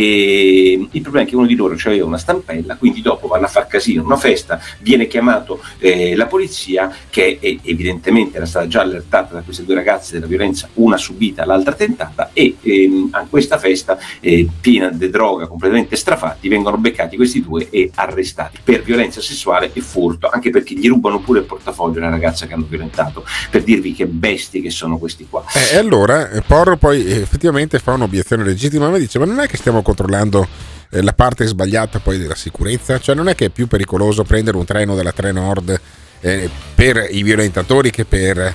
e il problema è che uno di loro aveva una stampella, quindi dopo vanno a far casino, una festa, viene chiamato eh, la polizia, che è, evidentemente era stata già allertata da queste due ragazze della violenza, una subita, l'altra tentata, e ehm, a questa festa eh, piena di droga, completamente strafatti, vengono beccati questi due e arrestati per violenza sessuale e furto, anche perché gli rubano pure il portafoglio alla ragazza che hanno violentato, per dirvi che bestie che sono questi qua. Eh, e allora Porro poi effettivamente fa un'obiezione legittima, ma dice: ma non è che stiamo controllando la parte sbagliata poi della sicurezza? Cioè non è che è più pericoloso prendere un treno della Trenord eh, per i violentatori che per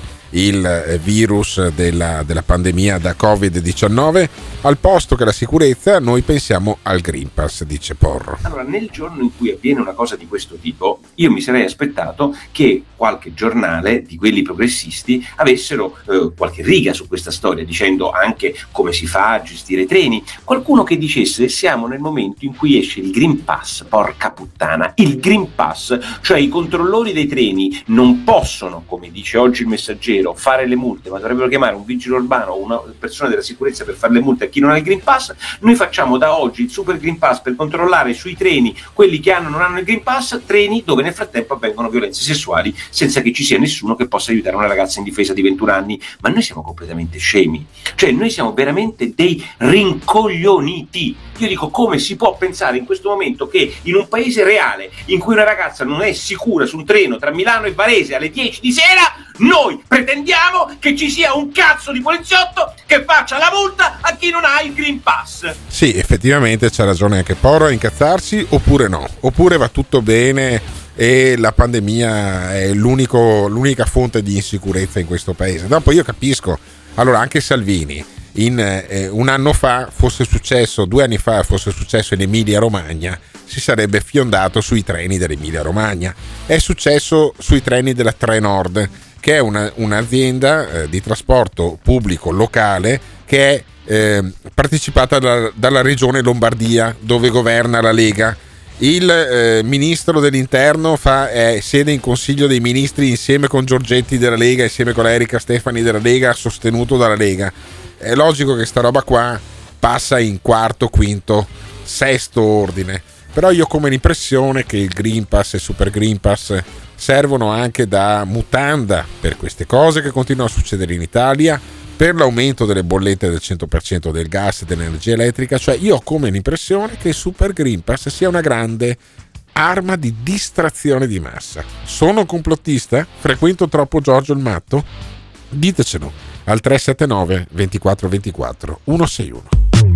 il virus della, della pandemia da covid diciannove. Al posto che la sicurezza noi pensiamo al Green Pass, dice Porro. Allora, nel giorno in cui avviene una cosa di questo tipo, io mi sarei aspettato che qualche giornale di quelli progressisti avessero eh, qualche riga su questa storia, dicendo anche come si fa a gestire i treni. Qualcuno che dicesse: siamo nel momento in cui esce il Green Pass, porca puttana, il Green Pass, cioè i controllori dei treni non possono, come dice oggi il Messaggero, fare le multe, ma dovrebbero chiamare un vigile urbano o una persona della sicurezza per fare le multe a chi non ha il Green Pass. Noi facciamo da oggi il Super Green Pass per controllare sui treni, quelli che hanno non hanno il Green Pass, treni dove nel frattempo avvengono violenze sessuali senza che ci sia nessuno che possa aiutare una ragazza indifesa di ventuno anni. Ma noi siamo completamente scemi, cioè noi siamo veramente dei rincoglioniti. Io dico, come si può pensare in questo momento che in un paese reale in cui una ragazza non è sicura su un treno tra Milano e Varese alle dieci di sera, noi pretendiamo che ci sia un cazzo di poliziotto che faccia la multa a chi non ha il Green Pass? Sì, effettivamente c'ha ragione anche Porro a incazzarsi, oppure no, oppure va tutto bene e la pandemia è l'unico, l'unica fonte di insicurezza in questo paese. Dopo io capisco, allora anche Salvini in eh, un anno fa fosse successo, due anni fa fosse successo in Emilia Romagna, si sarebbe fiondato sui treni dell'Emilia Romagna. È successo sui treni della Trenord, che è una, un'azienda eh, di trasporto pubblico locale che è eh, partecipata da, dalla regione Lombardia, dove governa la Lega. Il eh, ministro dell'interno fa eh, sede in Consiglio dei Ministri insieme con Giorgetti della Lega, insieme con Erika Stefani della Lega, sostenuto dalla Lega. È logico che sta roba qua passa in quarto, quinto, sesto ordine. Però io ho come l'impressione che il Green Pass e il Super Green Pass servono anche da mutanda per queste cose che continuano a succedere in Italia, per l'aumento delle bollette del cento per cento del gas e dell'energia elettrica. Cioè io ho come l'impressione che il Super Green Pass sia una grande arma di distrazione di massa. Sono un complottista? Frequento troppo Giorgio il Matto? Ditecelo al tre sette nove ventiquattro ventiquattro centosessantuno.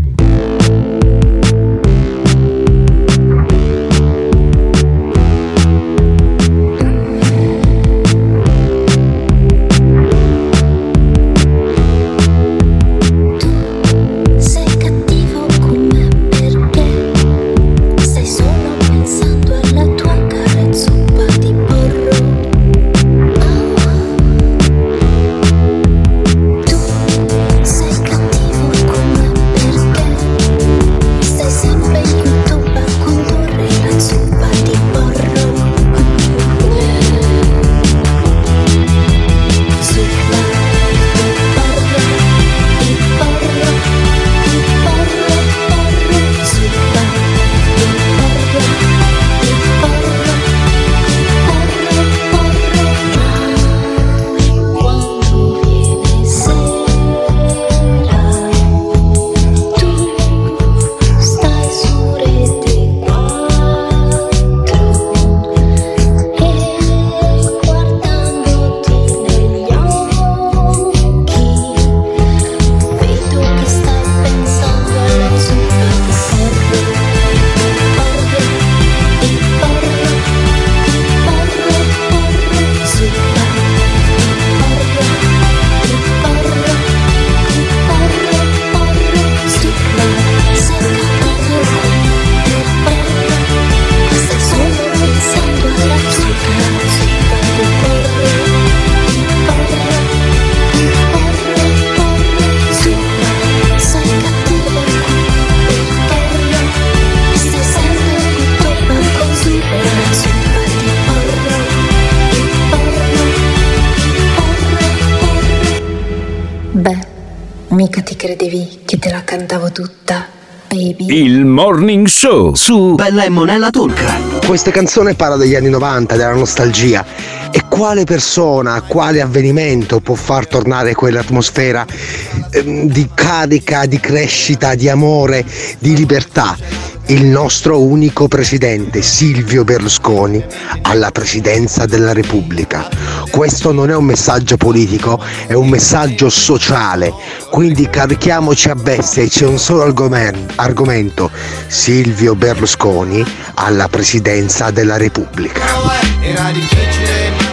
Mica ti credevi che te la cantavo tutta, baby? Il Morning Show su Bella e Monella Turca. Questa canzone parla degli anni novanta, della nostalgia. E quale persona, quale avvenimento può far tornare quell'atmosfera ehm, di carica, di crescita, di amore, di libertà? Il nostro unico presidente, Silvio Berlusconi, alla presidenza della Repubblica. Questo non è un messaggio politico, è un messaggio sociale, quindi carichiamoci a bestia e c'è un solo argomento: Silvio Berlusconi alla presidenza della Repubblica. Era difficile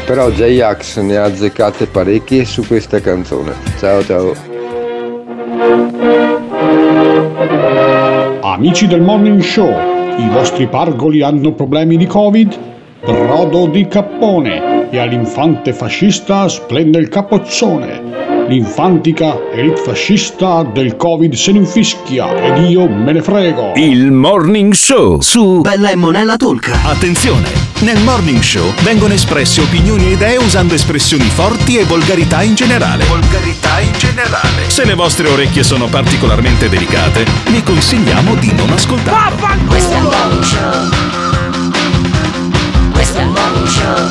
Però J-Ax ne ha azzeccate parecchie su questa canzone. Ciao ciao. Amici del Morning Show, i vostri pargoli hanno problemi di Covid? Brodo di cappone e all'infante fascista splende il capoccione. L'infantica elite fascista del Covid se ne infischia ed io me ne frego. Il Morning Show su Bella e Monella Talk. Attenzione! Nel Morning Show vengono espresse opinioni e idee usando espressioni forti e volgarità in generale. Volgarità in generale. Se le vostre orecchie sono particolarmente delicate, vi consigliamo di non ascoltarlo. Questo è il Morning Show. Questo è il Morning Show.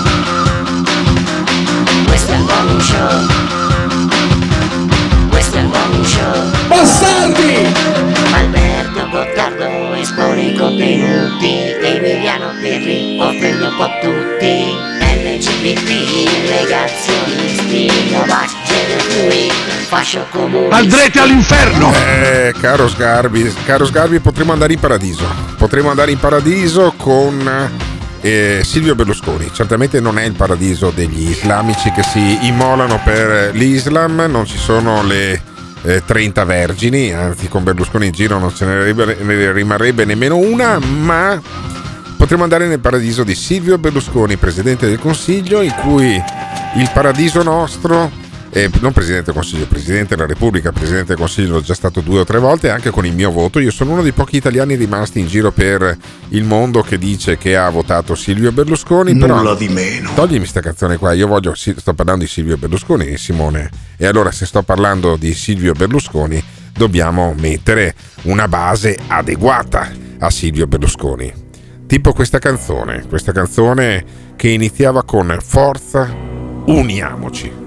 Questo è il Morning Show. Questo è il Morning Show. Bastardi! Alberto Gottardo espone i contenuti, Emiliano Pirri offre un po' tutti. L G B T, negazionisti, Novax, gender fluid, fascio comune. Andrete all'inferno! Eh, caro Sgarbi, caro Sgarbi, potremmo andare in paradiso. Potremmo andare in paradiso con eh, Silvio Berlusconi. Certamente non è il paradiso degli islamici che si immolano per l'Islam, non ci sono le eh, trenta vergini, anzi con Berlusconi in giro non ce ne, ne rimarrebbe nemmeno una, ma potremmo andare nel paradiso di Silvio Berlusconi, Presidente del Consiglio, in cui il paradiso nostro, eh, non Presidente del Consiglio, Presidente della Repubblica, Presidente del Consiglio l'ho già stato due o tre volte, anche con il mio voto. Io sono uno dei pochi italiani rimasti in giro per il mondo che dice che ha votato Silvio Berlusconi. Nulla però, di meno. Toglimi sta canzone qua, io voglio, sto parlando di Silvio Berlusconi, Simone, e allora se sto parlando di Silvio Berlusconi dobbiamo mettere una base adeguata a Silvio Berlusconi, tipo questa canzone, questa canzone che iniziava con Forza, uniamoci.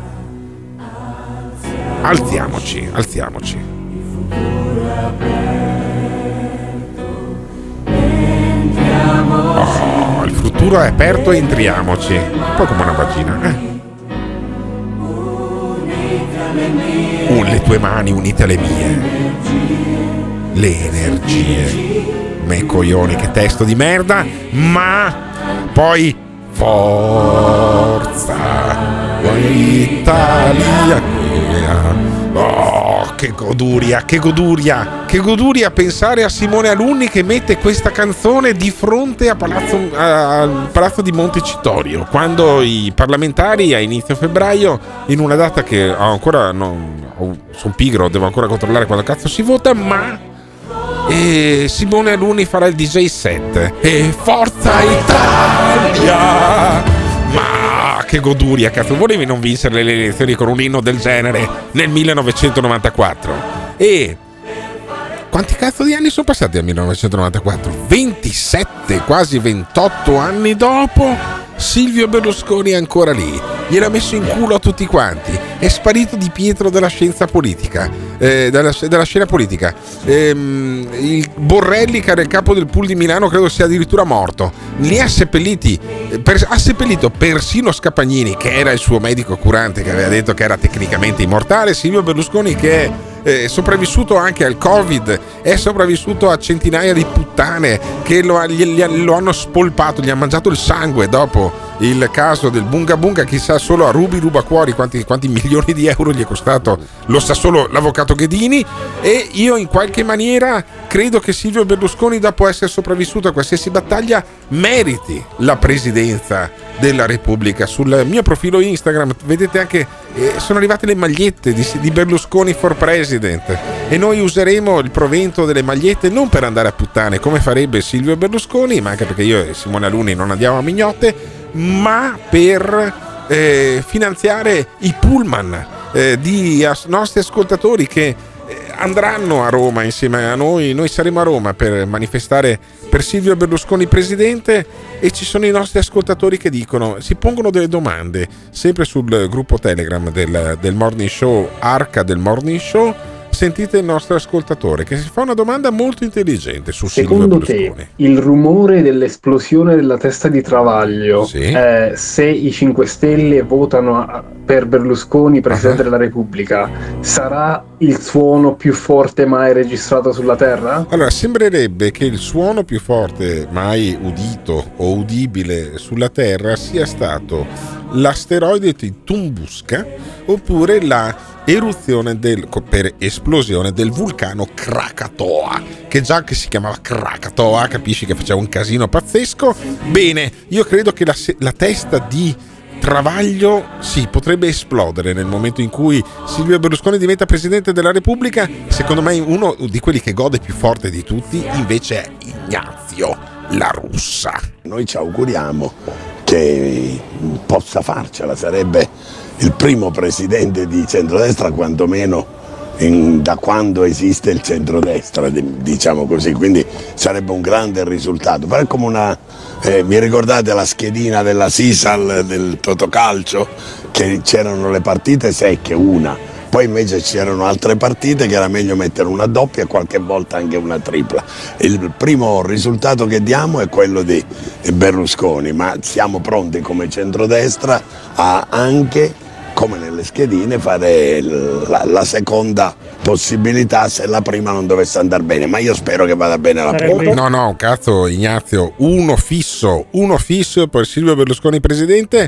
Alziamoci, alziamoci. Oh, il futuro è aperto e entriamoci. Un po' come una vagina, eh? Uh, le tue mani unite alle mie. Le energie. Me coglioni, che testo di merda. Ma poi forza Italia. Oh, che goduria, che goduria, che goduria pensare a Simone Alunni che mette questa canzone di fronte a Palazzo, a, al Palazzo di Montecitorio, quando i parlamentari a inizio febbraio, in una data che ho ancora non sono pigro, devo ancora controllare quando cazzo si vota, ma e Simone Alunni farà il D J set e Forza Italia. Ma che goduria, cazzo, volevi non vincere le elezioni con un inno del genere nel millenovecentonovantaquattro? E quanti cazzo di anni sono passati dal millenovecentonovantaquattro? ventisette, quasi ventotto anni dopo, Silvio Berlusconi è ancora lì, gliel'ha messo in culo a tutti quanti, è sparito Di Pietro della scienza politica, eh, della, della scena politica. Ehm, il Borrelli, che era il capo del pool di Milano, credo sia addirittura morto, li ha seppelliti, per, ha seppellito persino Scapagnini, che era il suo medico curante, che aveva detto che era tecnicamente immortale. Silvio Berlusconi, che è Eh, sopravvissuto anche al Covid, è sopravvissuto a centinaia di puttane che lo, gli, gli, lo hanno spolpato, gli hanno mangiato il sangue dopo il caso del Bunga Bunga. Chissà solo a Rubi Rubacuori quanti, quanti milioni di euro gli è costato, lo sa solo l'avvocato Ghedini. E io in qualche maniera credo che Silvio Berlusconi, dopo essere sopravvissuto a qualsiasi battaglia, meriti la presidenza della Repubblica. Sul mio profilo Instagram vedete anche, eh, sono arrivate le magliette di, di Berlusconi for President, e noi useremo il provento delle magliette non per andare a puttane come farebbe Silvio Berlusconi, ma anche perché io e Simone Alunni non andiamo a mignotte, ma per eh, finanziare i pullman eh, di as- nostri ascoltatori che eh, andranno a Roma insieme a noi. Noi saremo a Roma per manifestare per Silvio Berlusconi presidente, e ci sono i nostri ascoltatori che dicono, si pongono delle domande sempre sul gruppo Telegram del, del Morning Show, Arca del Morning Show. Sentite il nostro ascoltatore che si fa una domanda molto intelligente su Secondo Silvio Berlusconi. te il rumore dell'esplosione della testa di Travaglio, sì. eh, se i cinque Stelle votano a, per Berlusconi Presidente uh-huh. della Repubblica, sarà il suono più forte mai registrato sulla Terra? Allora, sembrerebbe che il suono più forte mai udito o udibile sulla Terra sia stato l'asteroide di Tunguska oppure la eruzione del, per esplosione del vulcano Krakatoa, che già che si chiamava Krakatoa capisci che faceva un casino pazzesco. Bene, io credo che la, la testa di Travaglio sì, potrebbe esplodere nel momento in cui Silvio Berlusconi diventa Presidente della Repubblica. Secondo me uno di quelli che gode più forte di tutti invece è Ignazio La Russa. Noi ci auguriamo che possa farcela, sarebbe il primo presidente di centrodestra quantomeno in, da quando esiste il centrodestra, diciamo così, quindi sarebbe un grande risultato. Però è come una, eh, vi ricordate la schedina della Sisal del Totocalcio, che c'erano le partite secche, una, poi invece c'erano altre partite che era meglio mettere una doppia e qualche volta anche una tripla. Il primo risultato che diamo è quello di Berlusconi, ma siamo pronti come centrodestra a anche, come nelle schedine, fare la, la seconda possibilità se la prima non dovesse andare bene, ma io spero che vada bene la prima. No, no, cazzo Ignazio, uno fisso, uno fisso per Silvio Berlusconi Presidente.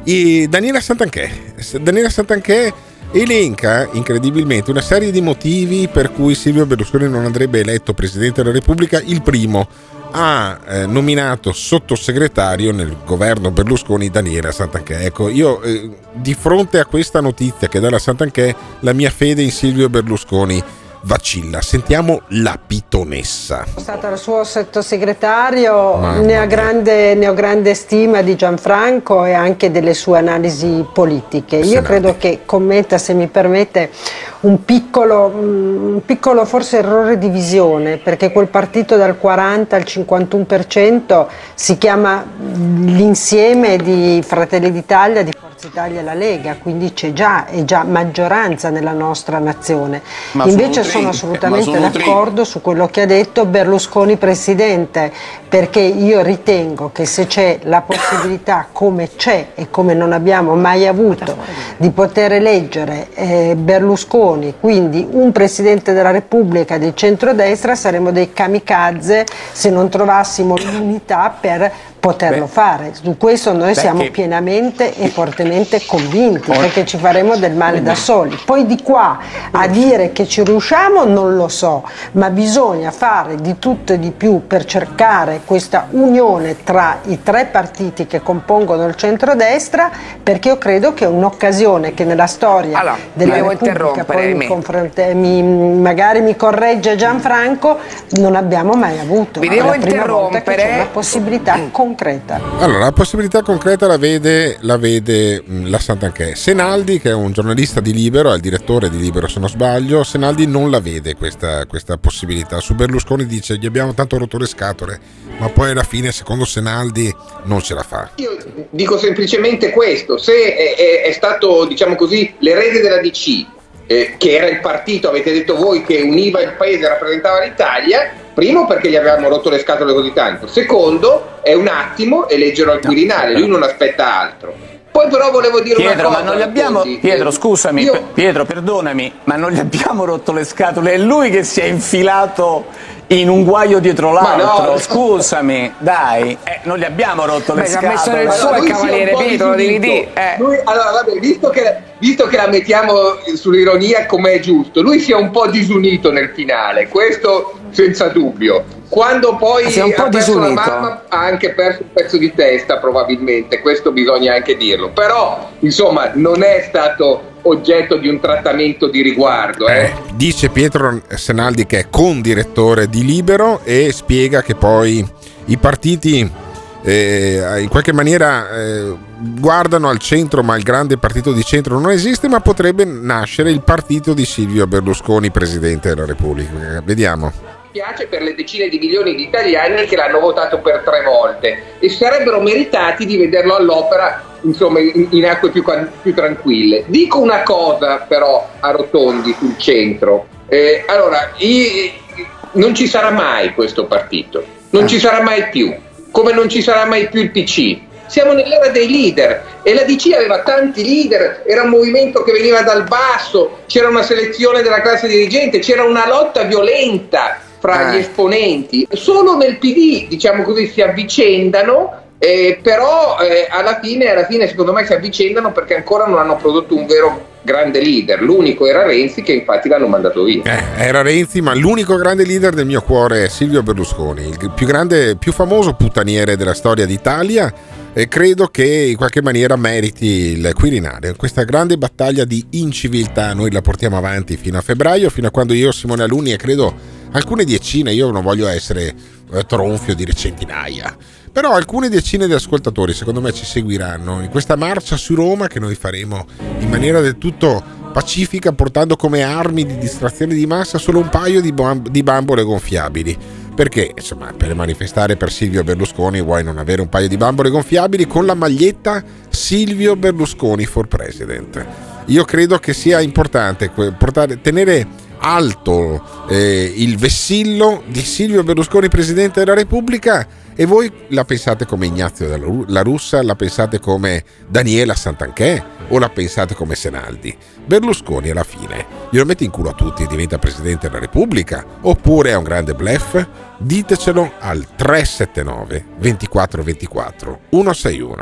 E Daniela Santanchè, Daniela Santanchè elenca incredibilmente una serie di motivi per cui Silvio Berlusconi non andrebbe eletto Presidente della Repubblica. Il primo, ha eh, nominato sottosegretario nel governo Berlusconi Daniela Santanchè. Ecco, io eh, di fronte a questa notizia che dà la Santanchè, la mia fede in Silvio Berlusconi vacilla. Sentiamo la pitonessa. Sono stata il suo sottosegretario, ne ho, grande, ne ho grande stima di Gianfranco e anche delle sue analisi politiche. Io credo che commetta, se mi permette, un piccolo, un piccolo forse errore di visione, perché quel partito dal quaranta al cinquantuno per cento si chiama l'insieme di Fratelli d'Italia, di Forza Italia e la Lega, quindi c'è già, è già maggioranza nella nostra nazione. Ma invece sono, sono assolutamente sono d'accordo su quello che ha detto Berlusconi Presidente, perché io ritengo che se c'è la possibilità, come c'è e come non abbiamo mai avuto, di poter eleggere eh, Berlusconi, quindi un Presidente della Repubblica di centrodestra, saremmo dei kamikaze se non trovassimo l'unità per poterlo Beh. fare. Su questo noi Beh, siamo che... pienamente e fortemente convinti, oh. perché ci faremo del male da soli. Poi di qua a dire che ci riusciamo non lo so, ma bisogna fare di tutto e di più per cercare questa unione tra i tre partiti che compongono il centrodestra, perché io credo che è un'occasione che nella storia allora, della Repubblica, poi mi confronte, mi, magari mi corregge Gianfranco, non abbiamo mai avuto. Vi devo è la prima volta che c'è una possibilità concreta. Allora, la possibilità concreta la vede, la vede mh, la Santanchè. Senaldi, che è un giornalista di Libero, è il direttore di Libero se non sbaglio, Senaldi non la vede questa, questa possibilità. Su Berlusconi dice gli abbiamo tanto rotto le scatole, ma poi alla fine secondo Senaldi non ce la fa. Io dico semplicemente questo: se è, è, è stato, diciamo così, l'erede della D C, eh, che era il partito, avete detto voi, che univa il paese e rappresentava l'Italia, primo perché gli avevamo rotto le scatole così tanto, secondo è un attimo eleggere al Quirinale, lui non aspetta altro. Poi però volevo dire Pietro, una cosa, ma non gli abbiamo quindi, Pietro, scusami, io... Pietro, perdonami, ma non gli abbiamo rotto le scatole, è lui che si è infilato in un guaio dietro l'altro. No, scusami, dai, eh, non gli abbiamo rotto le Beh, scatole. Ha messo nel suo il cavaliere Pietro, lo devi dire. Eh. Lui, allora, vabbè, visto che, visto che la mettiamo sull'ironia come è giusto, lui si è un po' disunito nel finale, questo senza dubbio. Quando poi si è un po' ha perso disunito. la mamma, ha anche perso un pezzo di testa probabilmente, questo bisogna anche dirlo. Però, insomma, non è stato oggetto di un trattamento di riguardo. Eh. Eh, dice Pietro Senaldi, che è condirettore di Libero, e spiega che poi i partiti eh, in qualche maniera eh, guardano al centro, ma il grande partito di centro non esiste, ma potrebbe nascere il partito di Silvio Berlusconi Presidente della Repubblica. Vediamo. Piace per le decine di milioni di italiani che l'hanno votato per tre volte e sarebbero meritati di vederlo all'opera, insomma, in, in acque più, più tranquille. Dico una cosa però a Rotondi sul centro. Eh, allora, i, non ci sarà mai questo partito, non ci sarà mai più, come non ci sarà mai più il P C. Siamo nell'era dei leader e la D C aveva tanti leader, era un movimento che veniva dal basso, c'era una selezione della classe dirigente, c'era una lotta violenta fra gli esponenti. Solo nel P D, diciamo così, si avvicendano Eh, però eh, alla fine, alla fine secondo me si avvicendano perché ancora non hanno prodotto un vero grande leader. L'unico era Renzi, che infatti l'hanno mandato via. Eh, era Renzi, ma l'unico grande leader del mio cuore è Silvio Berlusconi, il più grande, più famoso puttaniere della storia d'Italia, e credo che in qualche maniera meriti il Quirinale. Questa grande battaglia di inciviltà noi la portiamo avanti fino a febbraio, fino a quando io, Simone Alunni e credo alcune decine, io non voglio essere eh, tronfio, dire centinaia, però alcune decine di ascoltatori secondo me ci seguiranno in questa marcia su Roma che noi faremo in maniera del tutto pacifica, portando come armi di distrazione di massa solo un paio di, bamb- di bambole gonfiabili, perché insomma per manifestare per Silvio Berlusconi vuoi non avere un paio di bambole gonfiabili con la maglietta Silvio Berlusconi for President. Io credo che sia importante portare, tenere alto eh, il vessillo di Silvio Berlusconi Presidente della Repubblica. E voi la pensate come Ignazio La Russa, la pensate come Daniela Santanchè o la pensate come Senaldi? Berlusconi alla fine glielo mette in culo a tutti e diventa Presidente della Repubblica, oppure è un grande bluff? Ditecelo al tre sette nove ventiquattro ventiquattro centosessantuno.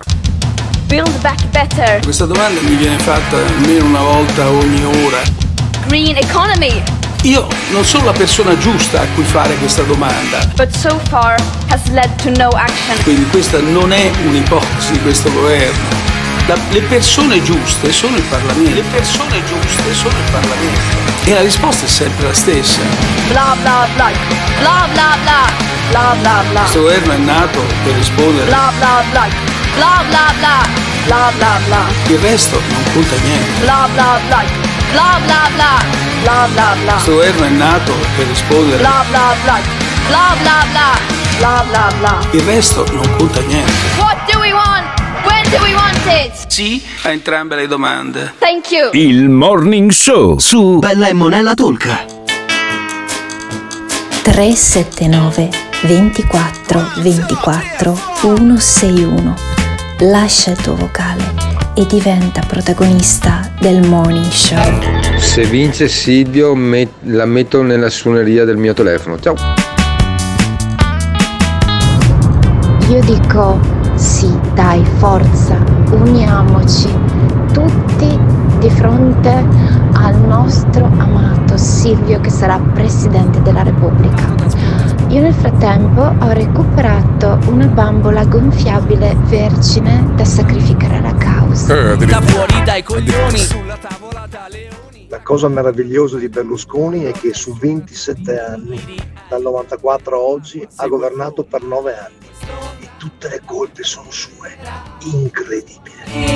Build back better. Questa domanda mi viene fatta almeno una volta ogni ora. Green economy. Io non sono la persona giusta a cui fare questa domanda. But so far has led to no action. Quindi questa non è un'ipotesi di questo governo. La, le persone giuste sono il Parlamento. Le persone giuste sono il Parlamento. E la risposta è sempre la stessa. Bla bla bla. Bla bla bla. Bla bla bla. Questo governo è nato per rispondere. Bla bla bla. Bla bla bla. Bla bla bla. Il resto non conta niente. Bla bla bla. Bla bla bla. Bla bla bla. Questo governo è nato per rispondere. Bla bla bla. Bla bla bla. Bla bla bla. Il resto non conta niente. What do we want? When do we want it? Sì a entrambe le domande. Thank you. Il Morning Show su Bella e Monella Talk. tre sette nove ventiquattro ventiquattro centosessantuno. Lascia il tuo vocale e diventa protagonista del Morning Show. Se vince Silvio met- la metto nella suoneria del mio telefono. Ciao. Io dico sì, dai, forza, uniamoci tutti di fronte al nostro amato Silvio che sarà Presidente della Repubblica. Io nel frattempo ho recuperato una bambola gonfiabile vergine da sacrificare alla causa. Da fuori dai coglioni. La cosa meravigliosa di Berlusconi è che su ventisette anni, dal novantaquattro a oggi, ha governato per nove anni e tutte le colpe sono sue. Incredibile.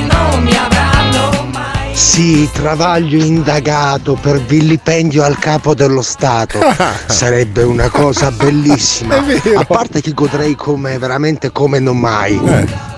Sì, Travaglio indagato per vilipendio al capo dello Stato. Sarebbe una cosa bellissima. A parte che godrei come veramente come non mai. Eh.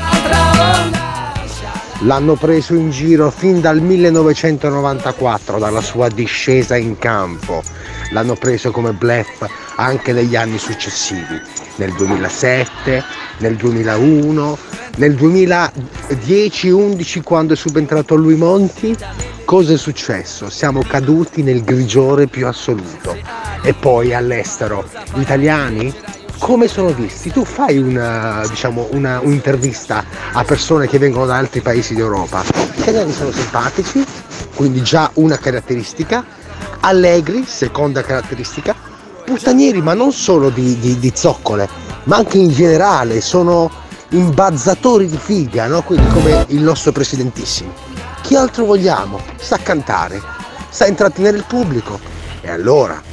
L'hanno preso in giro fin dal millenovecentonovantaquattro, dalla sua discesa in campo. L'hanno preso come bluff anche negli anni successivi, nel duemilasette, nel duemilauno, nel duemiladieci undici quando è subentrato lui Monti. Cosa è successo? Siamo caduti nel grigiore più assoluto. E poi all'estero, gli italiani come sono visti? Tu fai una, diciamo, una, un'intervista a persone che vengono da altri paesi d'Europa. Gli italiani sono simpatici, quindi già una caratteristica, allegri, seconda caratteristica, puttanieri, ma non solo di, di, di zoccole, ma anche in generale, sono imbazzatori di figa, no? Quindi come il nostro presidentissimo. Chi altro vogliamo? Sa cantare, sa intrattenere il pubblico. E allora...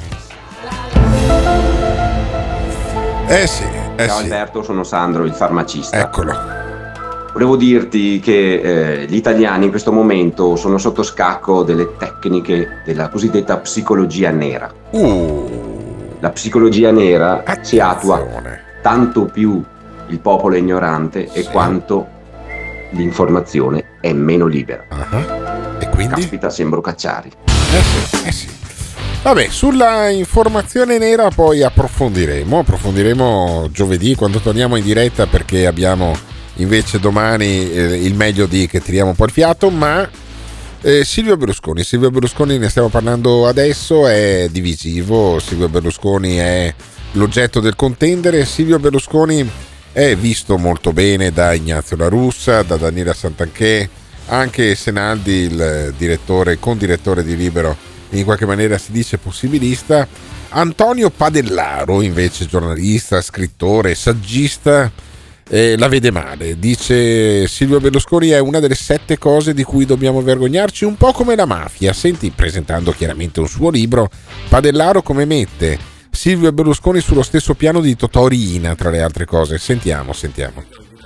Eh sì, eh Ciao sì. Alberto, sono Sandro, il farmacista. Eccolo. Volevo dirti che eh, gli italiani in questo momento sono sotto scacco delle tecniche della cosiddetta psicologia nera. Uh. La psicologia nera Attenzione. si attua tanto più il popolo è ignorante e quanto l'informazione è meno libera. Uh-huh. E quindi? Caspita, sembro Cacciari. Eh sì, eh sì. Vabbè, sulla informazione nera poi approfondiremo, approfondiremo giovedì quando torniamo in diretta, perché abbiamo invece domani eh, il meglio di che tiriamo un po' il fiato, ma eh, Silvio Berlusconi, Silvio Berlusconi ne stiamo parlando adesso, è divisivo, Silvio Berlusconi è l'oggetto del contendere, Silvio Berlusconi è visto molto bene da Ignazio La Russa, da Daniela Santanchè, anche Senaldi, il direttore, condirettore di Libero, in qualche maniera si dice possibilista. Antonio Padellaro, invece giornalista, scrittore, saggista, eh, la vede male. Dice: Silvio Berlusconi è una delle sette cose di cui dobbiamo vergognarci, un po' come la mafia. Senti, presentando chiaramente un suo libro, Padellaro come mette Silvio Berlusconi sullo stesso piano di Totò Riina, tra le altre cose. Sentiamo, sentiamo.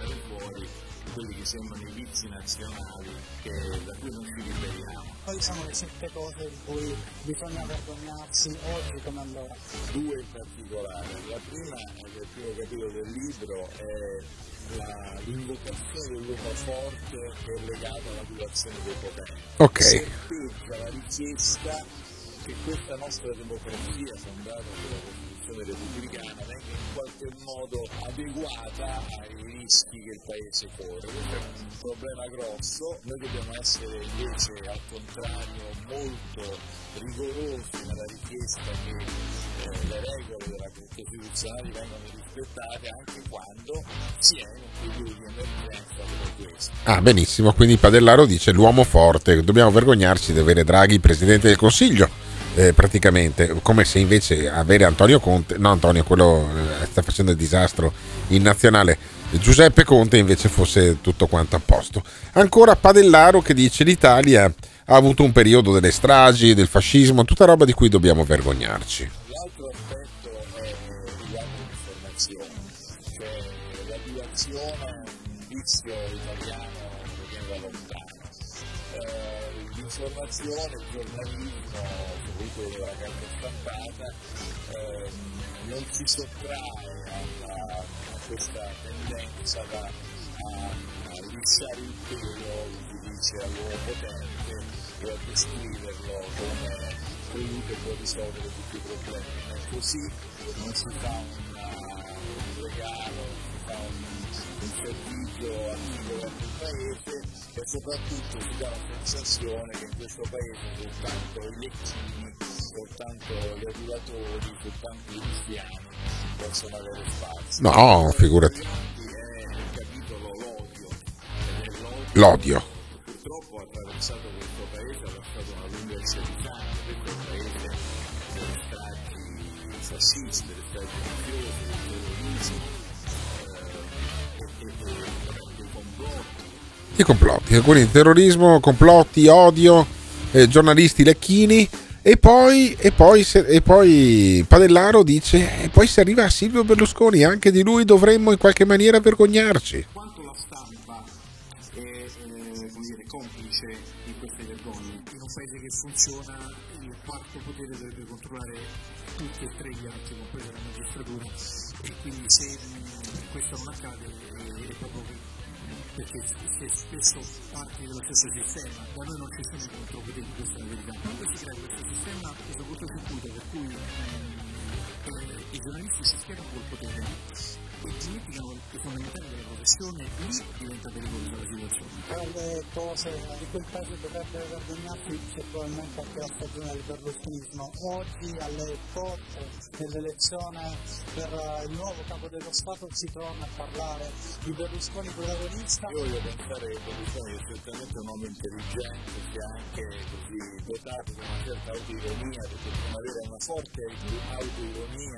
Quelli che sembrano i vizi nazionali che, da cui non ci liberiamo. Quali sono le sette cose di cui bisogna vergognarsi oggi come allora? Due in particolare. La prima, nel primo capitolo del libro, è la, l'invocazione dell'uomo forte che è legata alla violazione dei poteri. Ok. Serpeggia la richiesta che questa nostra democrazia fondata sulla Costituzione repubblicana venga in qualche modo adeguata ai rischi che il Paese corre. Questo è un problema grosso, noi dobbiamo essere invece al contrario molto rigorosi nella richiesta che eh, le regole della Costituzione vengano rispettate anche quando si è in un periodo di emergenza come questo. Ah, benissimo, quindi Padellaro dice l'uomo forte, dobbiamo vergognarci di avere Draghi Presidente del Consiglio. Eh, praticamente, come se invece avere Antonio Conte, no Antonio, quello eh, sta facendo il disastro in nazionale, Giuseppe Conte invece fosse tutto quanto a posto. Ancora Padellaro che dice l'Italia ha avuto un periodo delle stragi, del fascismo, tutta roba di cui dobbiamo vergognarci. L'altro aspetto è riguardo l'informazione, cioè la violazione è un vizio italiano che viene da lontano. Eh, l'informazione, il giornalismo, soprattutto della carta stampata, eh, non si sottrae alla, a questa tendenza da, a, a lisciare il pelo, si dice, all'uomo potente o a descriverlo come colui che può risolvere tutti i problemi. E così non si fa una, un regalo, si fa un, un servizio a chi governa il Paese e soprattutto si dà la sensazione che in questo Paese soltanto i lecchini, soltanto gli adulatori, soltanto i cristiani possono avere spazio. No, figurati. È il capitolo l'odio. L'odio. Purtroppo ha attraversato questo Paese, ha lasciato una lunga eredità, questo è un Paese delle stragi fasciste, delle stragi mafiose, del terrorismo, eh, e dei complotti. I complotti, quindi terrorismo, complotti, odio, eh, giornalisti lecchini. E poi, e, poi, e poi Padellaro dice: e poi si arriva a Silvio Berlusconi, anche di lui dovremmo in qualche maniera vergognarci. Quanto la stampa è eh, come dire, complice di queste vergogne. In un paese che funziona, il quarto potere dovrebbe controllare tutti e tre gli atti, compresa la magistratura, e quindi se mh, questo non accade eh, è proprio perché è spesso parti dello stesso sistema. Da noi non ci sono i contropoteri, questa è la verità. Quando si crea questo sistema, questo cortocircuito per cui eh, i giornalisti si schierano col potere e dimenticano i fondamentali della professione, lì diventa pericolosa la situazione. Tra le cose di quel paese dovrebbe vergognarsi c'è probabilmente anche la stagione del berlusconismo. Oggi alle porte dell'elezione per il nuovo capo dello Stato si torna a parlare di Berlusconi protagonista. Io voglio pensare che Berlusconi è certamente un uomo intelligente, che è anche così dotato di una certa autoironia, perché bisogna avere una forte autoironia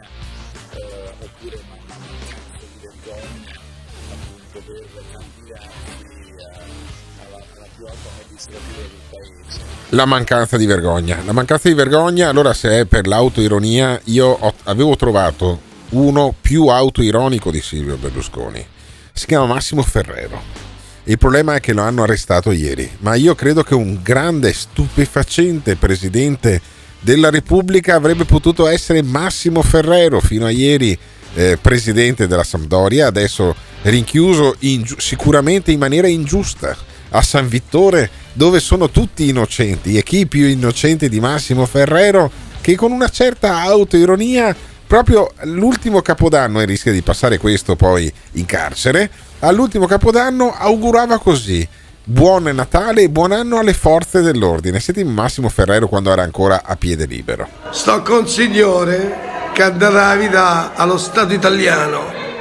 eh, oppure una mancanza di vergogna appunto per candidarsi alla, alla più alta magistratura del Paese. La mancanza di vergogna. La mancanza di vergogna, allora, se è per l'autoironia, io ho, avevo trovato uno più autoironico di Silvio Berlusconi. Si chiama Massimo Ferrero. Il problema è che lo hanno arrestato ieri, ma io credo che un grande, stupefacente presidente della Repubblica avrebbe potuto essere Massimo Ferrero, fino a ieri eh, presidente della Sampdoria, adesso rinchiuso in, sicuramente in maniera ingiusta a San Vittore, dove sono tutti innocenti, e chi più innocente di Massimo Ferrero, che con una certa autoironia, proprio l'ultimo Capodanno, e rischia di passare questo poi in carcere, all'ultimo Capodanno augurava così: buon Natale e buon anno alle forze dell'ordine. Senti Massimo Ferrero quando era ancora a piede libero. Sto con signore che ha dato la vita allo Stato italiano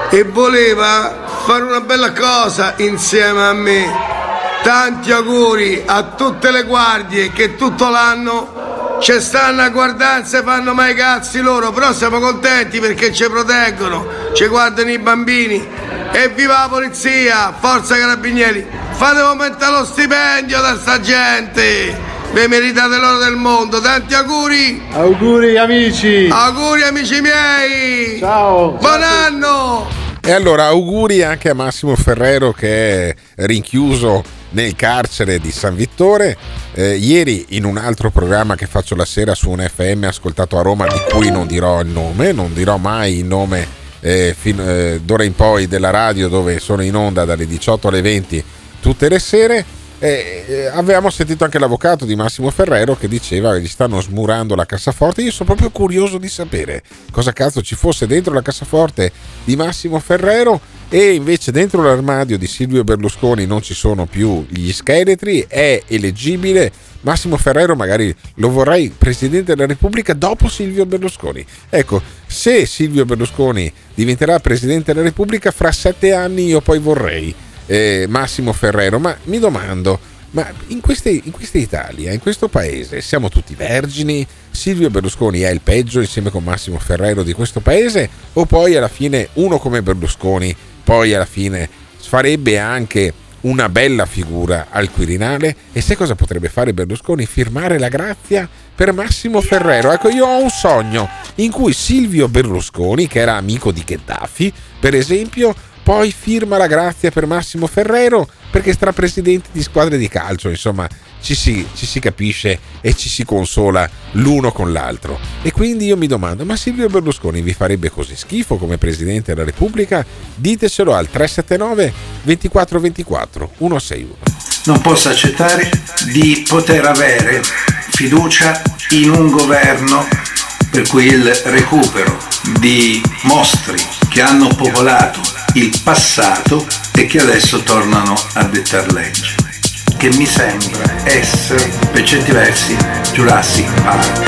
e voleva fare una bella cosa insieme a me. Tanti auguri a tutte le guardie che tutto l'anno ci stanno a guardare, se fanno mai cazzi loro, però siamo contenti perché ci proteggono, ci guardano i bambini. E viva la polizia, forza carabinieri, fate aumentare lo stipendio da sta gente. Vi meritate l'oro del mondo, tanti auguri! Auguri amici! Auguri amici miei! Ciao! Buon anno! E allora auguri anche a Massimo Ferrero che è rinchiuso nel carcere di San Vittore. Eh, ieri in un altro programma che faccio la sera su un F M ascoltato a Roma, di cui non dirò il nome, non dirò mai il nome eh, fin, eh, d'ora in poi della radio, dove sono in onda dalle diciotto alle venti tutte le sere. Eh, avevamo sentito anche l'avvocato di Massimo Ferrero che diceva che gli stanno smurando la cassaforte. Io sono proprio curioso di sapere cosa cazzo ci fosse dentro la cassaforte di Massimo Ferrero, e invece dentro l'armadio di Silvio Berlusconi non ci sono più gli scheletri. È eleggibile Massimo Ferrero, magari lo vorrei presidente della Repubblica dopo Silvio Berlusconi. Ecco, se Silvio Berlusconi diventerà presidente della Repubblica fra sette anni, io poi vorrei Eh, Massimo Ferrero. Ma mi domando, ma in queste, in questa Italia, in questo paese, siamo tutti vergini? Silvio Berlusconi è il peggio insieme con Massimo Ferrero di questo paese, o poi alla fine uno come Berlusconi poi alla fine farebbe anche una bella figura al Quirinale? E sai cosa potrebbe fare Berlusconi? Firmare la grazia per Massimo Ferrero. Ecco, io ho un sogno in cui Silvio Berlusconi, che era amico di Gheddafi per esempio, poi firma la grazia per Massimo Ferrero perché sarà presidente di squadre di calcio. Insomma, ci si, ci si capisce e ci si consola l'uno con l'altro. E quindi io mi domando, ma Silvio Berlusconi vi farebbe così schifo come presidente della Repubblica? Ditecelo al tre sette nove due quattro due quattro uno sei uno. Non posso accettare di poter avere fiducia in un governo per cui il recupero di mostri che hanno popolato il passato e che adesso tornano a dettar legge, che mi sembra essere per certi versi Jurassic Park.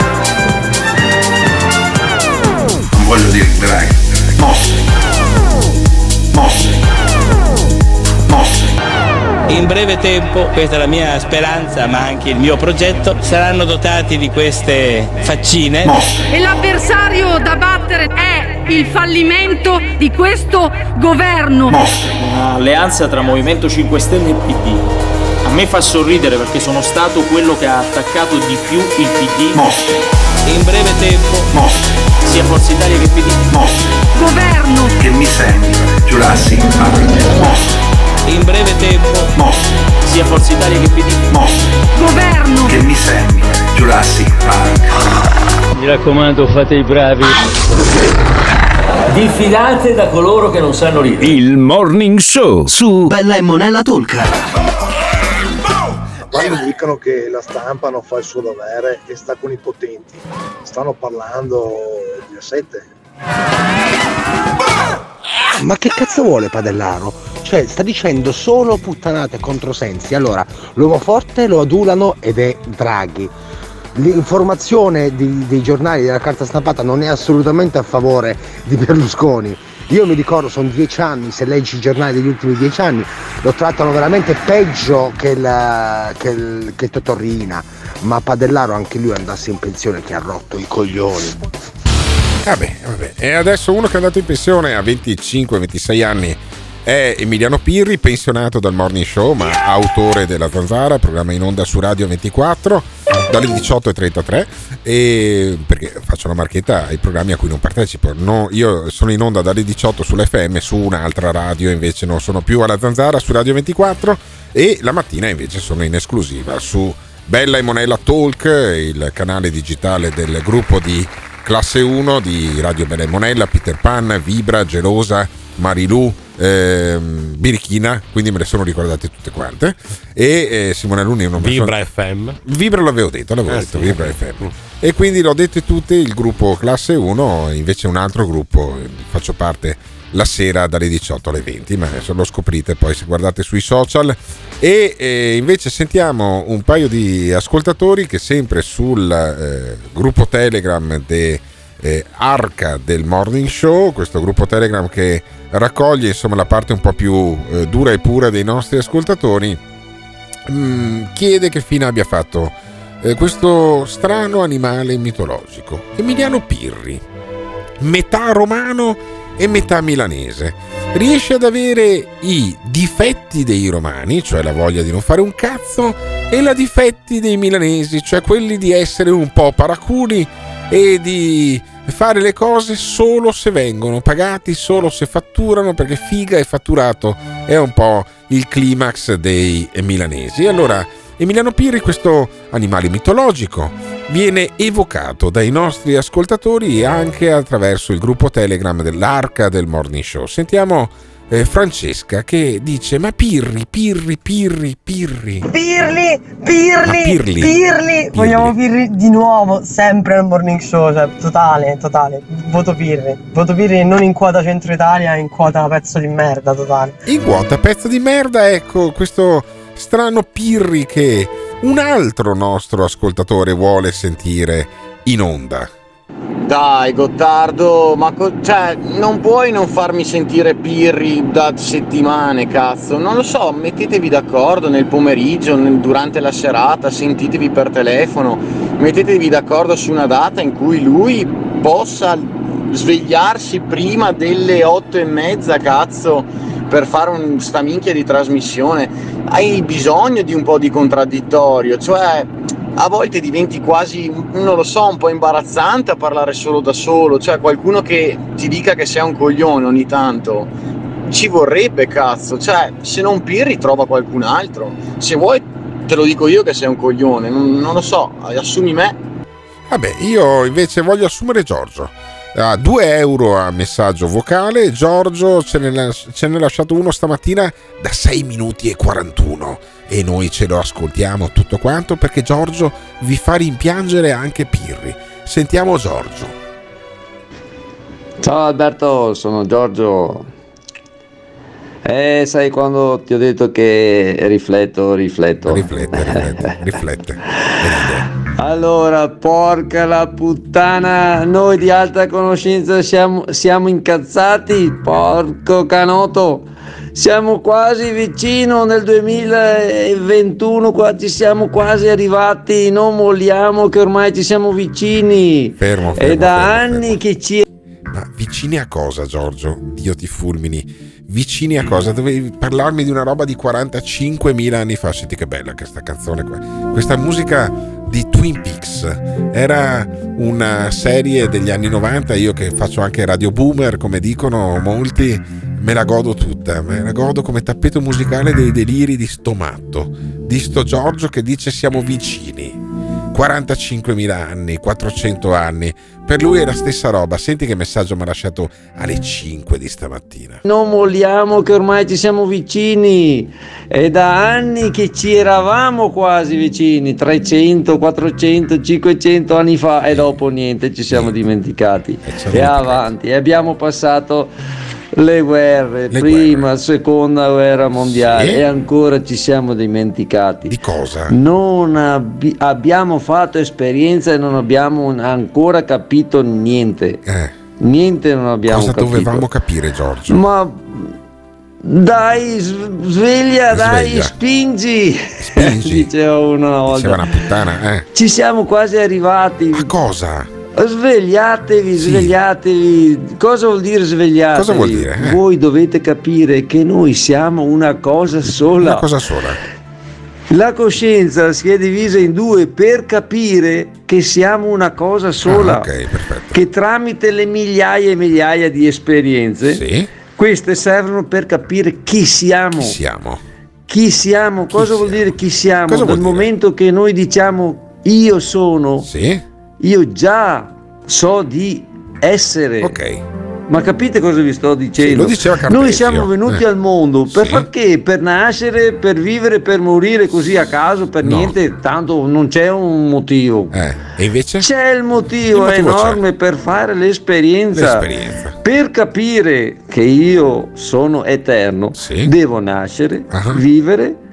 Non voglio dire Draghi, mostri, mostri, mostri. In breve tempo, questa è la mia speranza ma anche il mio progetto, saranno dotati di queste faccine. Mostri. E l'avversario da battere è il fallimento di questo governo. Mostri. Un'alleanza tra Movimento cinque Stelle e P D. A me fa sorridere perché sono stato quello che ha attaccato di più il P D. Mostri. In breve tempo, mostri, sia Forza Italia che P D. Mostri. Governo. Che mi sembra Jurassic Park. Mostri. In breve tempo, mostri, sia Forza Italia che P D. Mostri. Governo. Che mi sembra Jurassic Park. Mi raccomando, fate i bravi. Diffidate da coloro che non sanno ridere. Il Morning Show su Bella e Monella Talk. Quando dicono che la stampa non fa il suo dovere e sta con i potenti, stanno parlando di sette. Ma che cazzo vuole Padellaro? Cioè, sta dicendo solo puttanate e controsensi. Allora, l'uomo forte lo adulano ed è Draghi. L'informazione di, dei giornali, della carta stampata, non è assolutamente a favore di Berlusconi. Io mi ricordo, sono dieci anni, se leggi i giornali degli ultimi dieci anni, lo trattano veramente peggio che il, che il, che Totorrina. Ma Padellaro anche lui andasse in pensione che ha rotto i coglioni. Vabbè, vabbè. E adesso uno che è andato in pensione a venticinque ventisei anni è Emiliano Pirri, pensionato dal Morning Show ma autore della Zanzara, programma in onda su Radio ventiquattro dalle diciotto e trentatré, e perché faccio la marchetta ai programmi a cui non partecipo. No, io sono in onda dalle diciotto sull'F M, su un'altra radio invece non sono più alla Zanzara su Radio ventiquattro, e la mattina invece sono in esclusiva su Bella e Monella Talk, il canale digitale del gruppo di Classe uno di Radio Bella e Monella, Peter Pan, Vibra, Gelosa, Marilù, ehm, Birichina, quindi me le sono ricordate tutte quante, e eh, Simone Alunni non Vibra sono... F M. Vibra l'avevo detto, l'avevo eh, detto sì, Vibra sì. F M. E quindi l'ho dette tutte, il gruppo Classe uno, invece un altro gruppo, faccio parte la sera dalle diciotto alle venti, ma adesso lo scoprite poi se guardate sui social. E eh, invece sentiamo un paio di ascoltatori che sempre sul eh, gruppo Telegram de, eh, Arca del Morning Show, questo gruppo Telegram che raccoglie insomma la parte un po' più eh, dura e pura dei nostri ascoltatori, mm, chiede che fine abbia fatto eh, questo strano animale mitologico, Emiliano Pirri, metà romano e metà milanese. Riesce ad avere i difetti dei romani, cioè la voglia di non fare un cazzo, e la difetti dei milanesi, cioè quelli di essere un po' paraculi e di fare le cose solo se vengono pagati, solo se fatturano, perché figa e fatturato è un po' il climax dei milanesi. E allora Emiliano Pirri, questo animale mitologico, viene evocato dai nostri ascoltatori anche attraverso il gruppo Telegram dell'Arca del Morning Show. Sentiamo eh, Francesca che dice: ma Pirri, Pirri, Pirri, Pirri. Pirli, Pirli, Pirli, Pirli. Vogliamo Pirri di nuovo, sempre al Morning Show, cioè totale, totale. Voto Pirri. Voto Pirri non in quota Centro Italia, in quota pezzo di merda totale. In quota pezzo di merda, ecco, questo strano Pirri che un altro nostro ascoltatore vuole sentire in onda. Dai Gottardo, ma co- cioè, non puoi non farmi sentire Pirri da settimane, cazzo. Non lo so, mettetevi d'accordo nel pomeriggio, nel- durante la serata, sentitevi per telefono, mettetevi d'accordo su una data in cui lui possa svegliarsi prima delle otto e mezza, cazzo, per fare un, sta minchia di trasmissione. Hai bisogno di un po' di contraddittorio, cioè a volte diventi quasi, non lo so, un po' imbarazzante a parlare solo da solo, cioè qualcuno che ti dica che sei un coglione ogni tanto ci vorrebbe, cazzo, cioè se non Pirri trova qualcun altro, se vuoi te lo dico io che sei un coglione, non, non lo so, assumi me. Vabbè, io invece voglio assumere Giorgio. A due euro a messaggio vocale. Giorgio ce ne, ce ne ha lasciato uno stamattina da sei minuti e quarantuno e noi ce lo ascoltiamo tutto quanto perché Giorgio vi fa rimpiangere anche Pirri. Sentiamo Giorgio. Ciao Alberto, sono Giorgio. Eh, sai quando ti ho detto che rifletto, rifletto. Riflette, riflette, riflette. Allora, porca la puttana, noi di alta conoscenza siamo, siamo incazzati, porco canoto, siamo quasi vicino nel duemilaventuno, qua ci siamo quasi arrivati, non molliamo che ormai ci siamo vicini. Fermo, fermo, È da fermo, anni fermo. che ci... Ma vicini a cosa, Giorgio? Dio ti fulmini. Vicini a cosa? Dovevi parlarmi di una roba di quarantacinquemila anni fa. Senti che bella questa canzone qua. Questa musica di Twin Peaks. Era una serie degli anni novanta. Io che faccio anche Radio Boomer, come dicono molti, me la godo tutta. Me la godo come tappeto musicale dei deliri di sto matto, di sto Giorgio che dice siamo vicini. quarantacinquemila anni, quattrocento anni, per lui è la stessa roba. Senti che messaggio mi ha lasciato alle cinque di stamattina. Non molliamo che ormai ci siamo vicini, è da anni che ci eravamo quasi vicini, trecento, quattrocento, cinquecento anni fa e dopo niente, ci siamo dimenticati e avanti e abbiamo passato le guerre, Le prima, guerre. seconda guerra mondiale Sì. e ancora ci siamo dimenticati. Di cosa? Non abbi- abbiamo fatto esperienza e non abbiamo ancora capito niente. Eh, Niente non abbiamo cosa capito. dovevamo capire, Giorgio? Ma dai, s- sveglia, dai, Sveglia. spingi. Spingi. Diceva uno una volta. Diceva una puttana, eh. Ci siamo quasi arrivati. A cosa? Svegliatevi, Sì. svegliatevi. Cosa vuol dire svegliatevi? Cosa vuol dire, eh? Voi dovete capire che noi siamo una cosa sola. Una cosa sola. La coscienza si è divisa in due per capire che siamo una cosa sola. Ah, ok, perfetto. Che tramite le migliaia e migliaia di esperienze, Sì. queste servono per capire chi siamo. Chi siamo? Chi siamo? Cosa vuol dire chi siamo? Cosa Dal vuol dire? momento che noi diciamo io sono, Sì. io già so di essere. Ok. Ma capite cosa vi sto dicendo? Sì, lo diceva Cartesio. Noi siamo venuti Eh. al mondo per Sì. far che? Per nascere, per vivere, per morire così a caso, per No. niente, tanto non c'è un motivo. Eh, e invece? C'è il motivo, Il è motivo enorme per fare l'esperienza. L'esperienza. Per capire che io sono eterno, Sì. devo nascere, Ah. vivere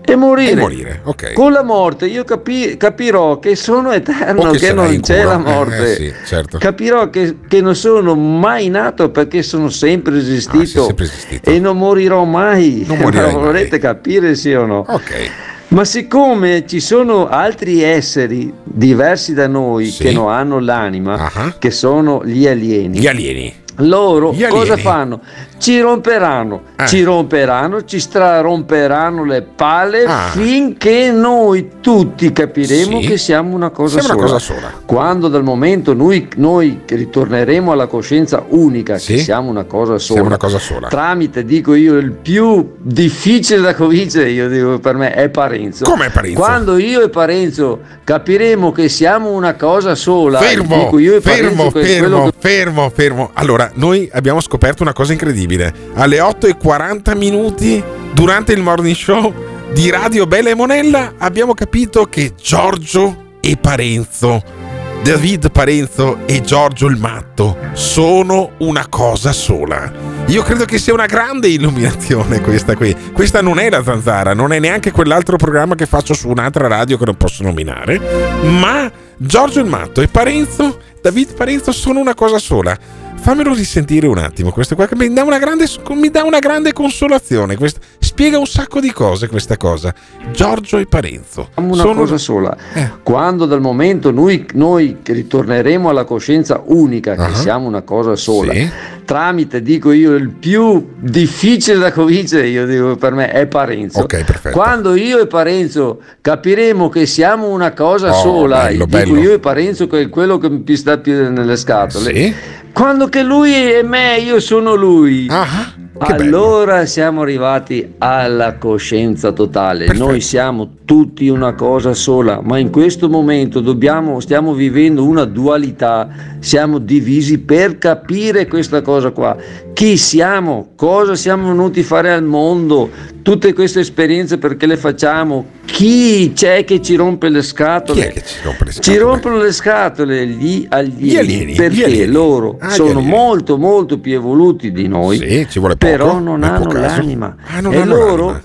e morire. E morire, ok. Con la morte io capi- capirò che sono eterno, O che che, sarai non c'è in cura. la morte. Eh, sì, certo. Capirò che, che non sono mai nato perché sono sempre esistito, Ah, sei sempre esistito. e non morirò mai. Non morirai Lo volete capire, sì o no? Ok. Ma siccome ci sono altri esseri diversi da noi Sì. che non hanno l'anima, Ah. che sono gli alieni, Gli alieni. loro Gli alieni. cosa fanno? Ci romperanno, Eh. ci romperanno, ci straromperanno le palle Ah. finché noi tutti capiremo Sì. che siamo una cosa Siamo sola. una cosa sola. Quando dal momento noi, noi che ritorneremo alla coscienza unica, Sì. che siamo una cosa sola, Siamo una cosa sola. tramite, dico io, il più difficile da convincere, io dico per me, è Parenzo. Come è Parenzo? Quando io e Parenzo capiremo che siamo una cosa sola, Fermo, dico io e fermo, Parenzo che è fermo, quello che fermo, fermo. Allora, noi abbiamo scoperto una cosa incredibile. Alle otto e quaranta minuti, durante il morning show di Radio Bella e Monella, abbiamo capito che Giorgio e Parenzo, David Parenzo e Giorgio il Matto, sono una cosa sola. Io credo che sia una grande illuminazione questa qui. Questa non è la Zanzara, non è neanche quell'altro programma che faccio su un'altra radio che non posso nominare, ma Giorgio il Matto e Parenzo, David Parenzo, sono una cosa sola. Fammelo risentire un attimo, questo qua che mi dà una grande, mi dà una grande consolazione. Questa, spiega un sacco di cose questa cosa. Giorgio e Parenzo siamo una sono cosa sola. Eh. Quando dal momento noi, noi che ritorneremo alla coscienza unica, che Ah. siamo una cosa sola, Sì. tramite, dico io, il più difficile da convincere, io dico per me, è Parenzo. Ok, perfetto. Quando io e Parenzo capiremo che siamo una cosa Oh, sola, bello, dico bello. io e Parenzo che è quello che mi sta più nelle scatole. Sì. Quando che lui è me, io sono lui. Ah, che bello. Allora siamo arrivati alla coscienza totale. Perfetto. Noi siamo tutti una cosa sola, ma in questo momento dobbiamo, stiamo vivendo una dualità, siamo divisi per capire questa cosa qua. Chi siamo? Cosa siamo venuti a fare al mondo? Tutte queste esperienze perché le facciamo? Chi c'è che ci rompe le scatole? Chi è che ci rompe le scatole? Ci rompono le scatole gli alieni, Gli alieni, perché gli alieni. loro Ah, gli sono alieni. molto molto più evoluti di noi, Sì, ci vuole poco, però non nel tuo hanno caso. l'anima, Ah, non e hanno loro l'anima.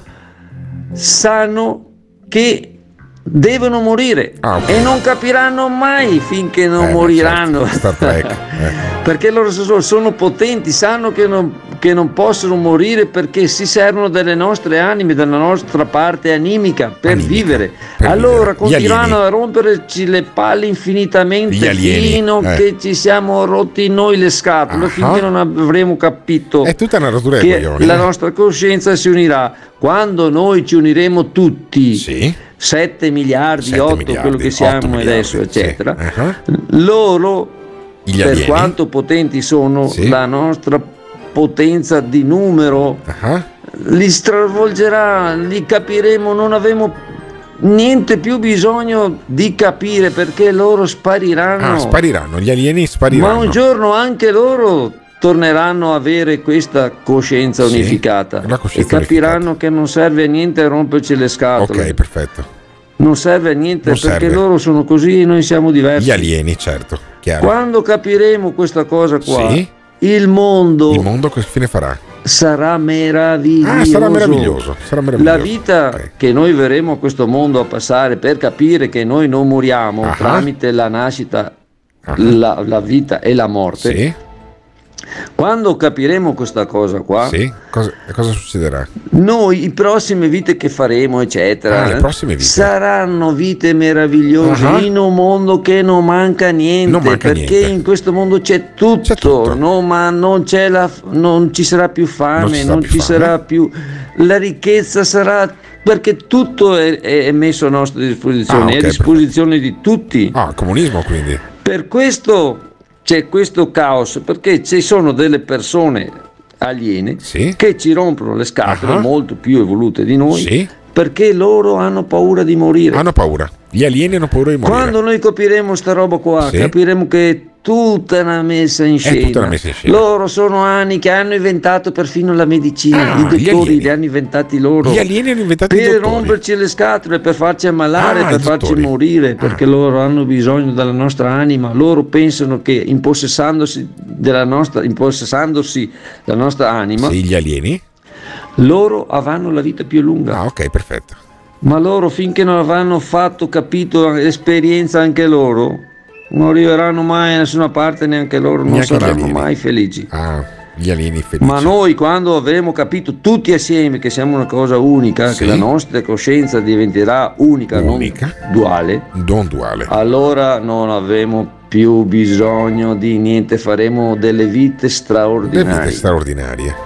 sanno che devono morire Ah, ok. e non capiranno mai finché non Eh, moriranno. certo, Star Trek. Eh. Perché loro sono, sono potenti, sanno che non, che non possono morire perché si servono delle nostre anime, della nostra parte animica per Animica, vivere. per allora vivere. Gli continueranno alieni. a romperci le palle infinitamente Gli alieni, fino eh. che ci siamo rotti noi le scatole, Ah. finché non avremo capito È tutta una rottura dei che coglioni. la eh. nostra coscienza si unirà. Quando noi ci uniremo tutti, Sì. sette miliardi, Sette otto, miliardi, quello che otto siamo miliardi, adesso, sì. eccetera, Ah. loro, Gli per alieni. quanto potenti sono, Sì. la nostra potenza di numero Ah. li stravolgerà, li capiremo, non avremo niente più bisogno di capire perché loro spariranno. Ah, spariranno, gli alieni Ma spariranno. un giorno anche loro torneranno a avere questa coscienza Sì, unificata la coscienza e capiranno che non serve a niente romperci le scatole. Ok, perfetto. Non serve a niente Non perché serve. loro sono così e noi siamo diversi. Gli alieni, certo, chiaro. Quando capiremo questa cosa qua, Sì. il mondo Il mondo che fine farà? sarà meraviglioso. Ah, sarà meraviglioso, sarà meraviglioso. La vita Ok. che noi verremo a questo mondo a passare per capire che noi non moriamo Ah. tramite la nascita, la, la vita e la morte. Sì, Quando capiremo questa cosa qua, sì. Cosa, cosa succederà? noi, i prossime vite che faremo, eccetera, Ah, le prossime vite. saranno vite meravigliose Ah. in un mondo che non manca niente, Non manca perché niente. in questo mondo c'è tutto, C'è tutto. No, ma non, c'è la, non ci sarà più fame, Non non ci ci, sarà più fame. sarà più la ricchezza, sarà perché tutto è, è messo a nostra disposizione, Ah, ok, è a disposizione di tutti. Ah, comunismo quindi. Per questo c'è questo caos, perché ci sono delle persone aliene Sì. che ci rompono le scatole, Ah. molto più evolute di noi, Sì. perché loro hanno paura di morire. Hanno paura. Gli alieni hanno paura di morire. Quando noi capiremo sta roba qua, Sì. capiremo che è tutta una messa in È tutta scena. una messa in scena. Loro sono anni che hanno inventato perfino la medicina, Ah, i gli dottori alieni. li hanno inventati loro. Gli alieni hanno inventato i per dottori. romperci le scatole, per farci ammalare, Ah, per i farci dottori. morire, perché loro hanno bisogno della nostra anima. Loro pensano che impossessandosi della nostra, impossessandosi della nostra anima, Sì, gli alieni? loro avranno la vita più lunga. Ah, ok, perfetto. Ma loro finché non avranno fatto, capito l'esperienza anche loro, non arriveranno mai a nessuna parte, neanche loro, non Neanche gli saranno alieni. mai felici. Ah, gli alieni felici. Ma noi quando avremo capito tutti assieme che siamo una cosa unica, Sì. che la nostra coscienza diventerà unica, Unica. non duale, Non duale. allora non avremo più bisogno di niente, faremo delle vite Le straordinarie. vite straordinarie.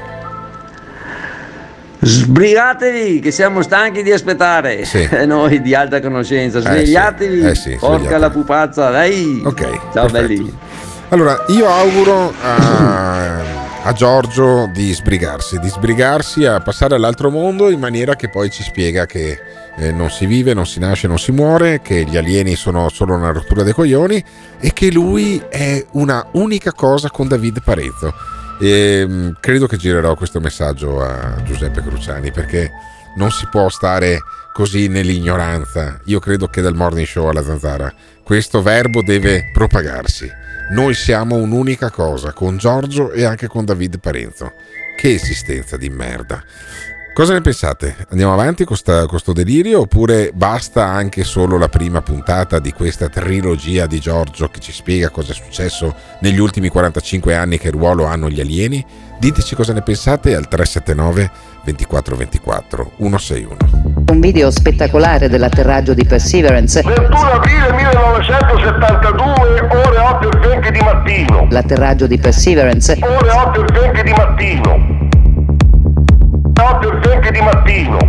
Sbrigatevi che siamo stanchi di aspettare. Sì. E noi di alta conoscenza, Eh sì, svegliatevi. eh sì, Porca svegliatevi. la pupazza, dai. Ok, Ciao perfetto. belli. Allora, io auguro a, a Giorgio di sbrigarsi, di sbrigarsi a passare all'altro mondo in maniera che poi ci spiega che eh, non si vive, non si nasce, non si muore, che gli alieni sono solo una rottura dei coglioni e che lui è una unica cosa con David Parenzo. E mh, credo che girerò questo messaggio a Giuseppe Cruciani, perché non si può stare così nell'ignoranza. Io credo che dal Morning Show alla Zanzara questo verbo deve propagarsi. Noi siamo un'unica cosa con Giorgio e anche con David Parenzo. Che esistenza di merda. Cosa ne pensate? Andiamo avanti con sta- con sto delirio oppure basta anche solo la prima puntata di questa trilogia di Giorgio che ci spiega cosa è successo negli ultimi quarantacinque anni, che ruolo hanno gli alieni? Diteci cosa ne pensate al tre sette nove ventiquattro ventiquattro centosessantuno. Un video spettacolare dell'atterraggio di Perseverance. ventuno aprile millenovecentosettantadue, ore otto e venti di mattino. L'atterraggio di Perseverance. Ore otto e venti di mattino. otto e venti di mattino.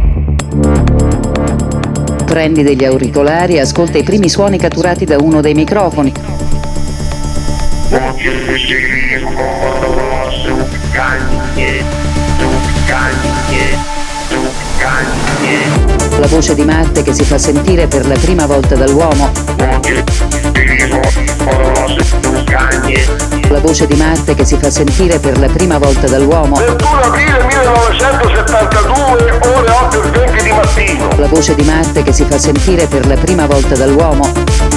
Prendi degli auricolari e ascolta i primi suoni catturati da uno dei microfoni. La voce di Marte che si fa sentire per la prima volta dall'uomo. La voce di Marte che si fa sentire per la prima volta dall'uomo. ventuno aprile millenovecentosettantadue, ore otto e venti di mattino. La voce di Marte che si fa sentire per la prima volta dall'uomo.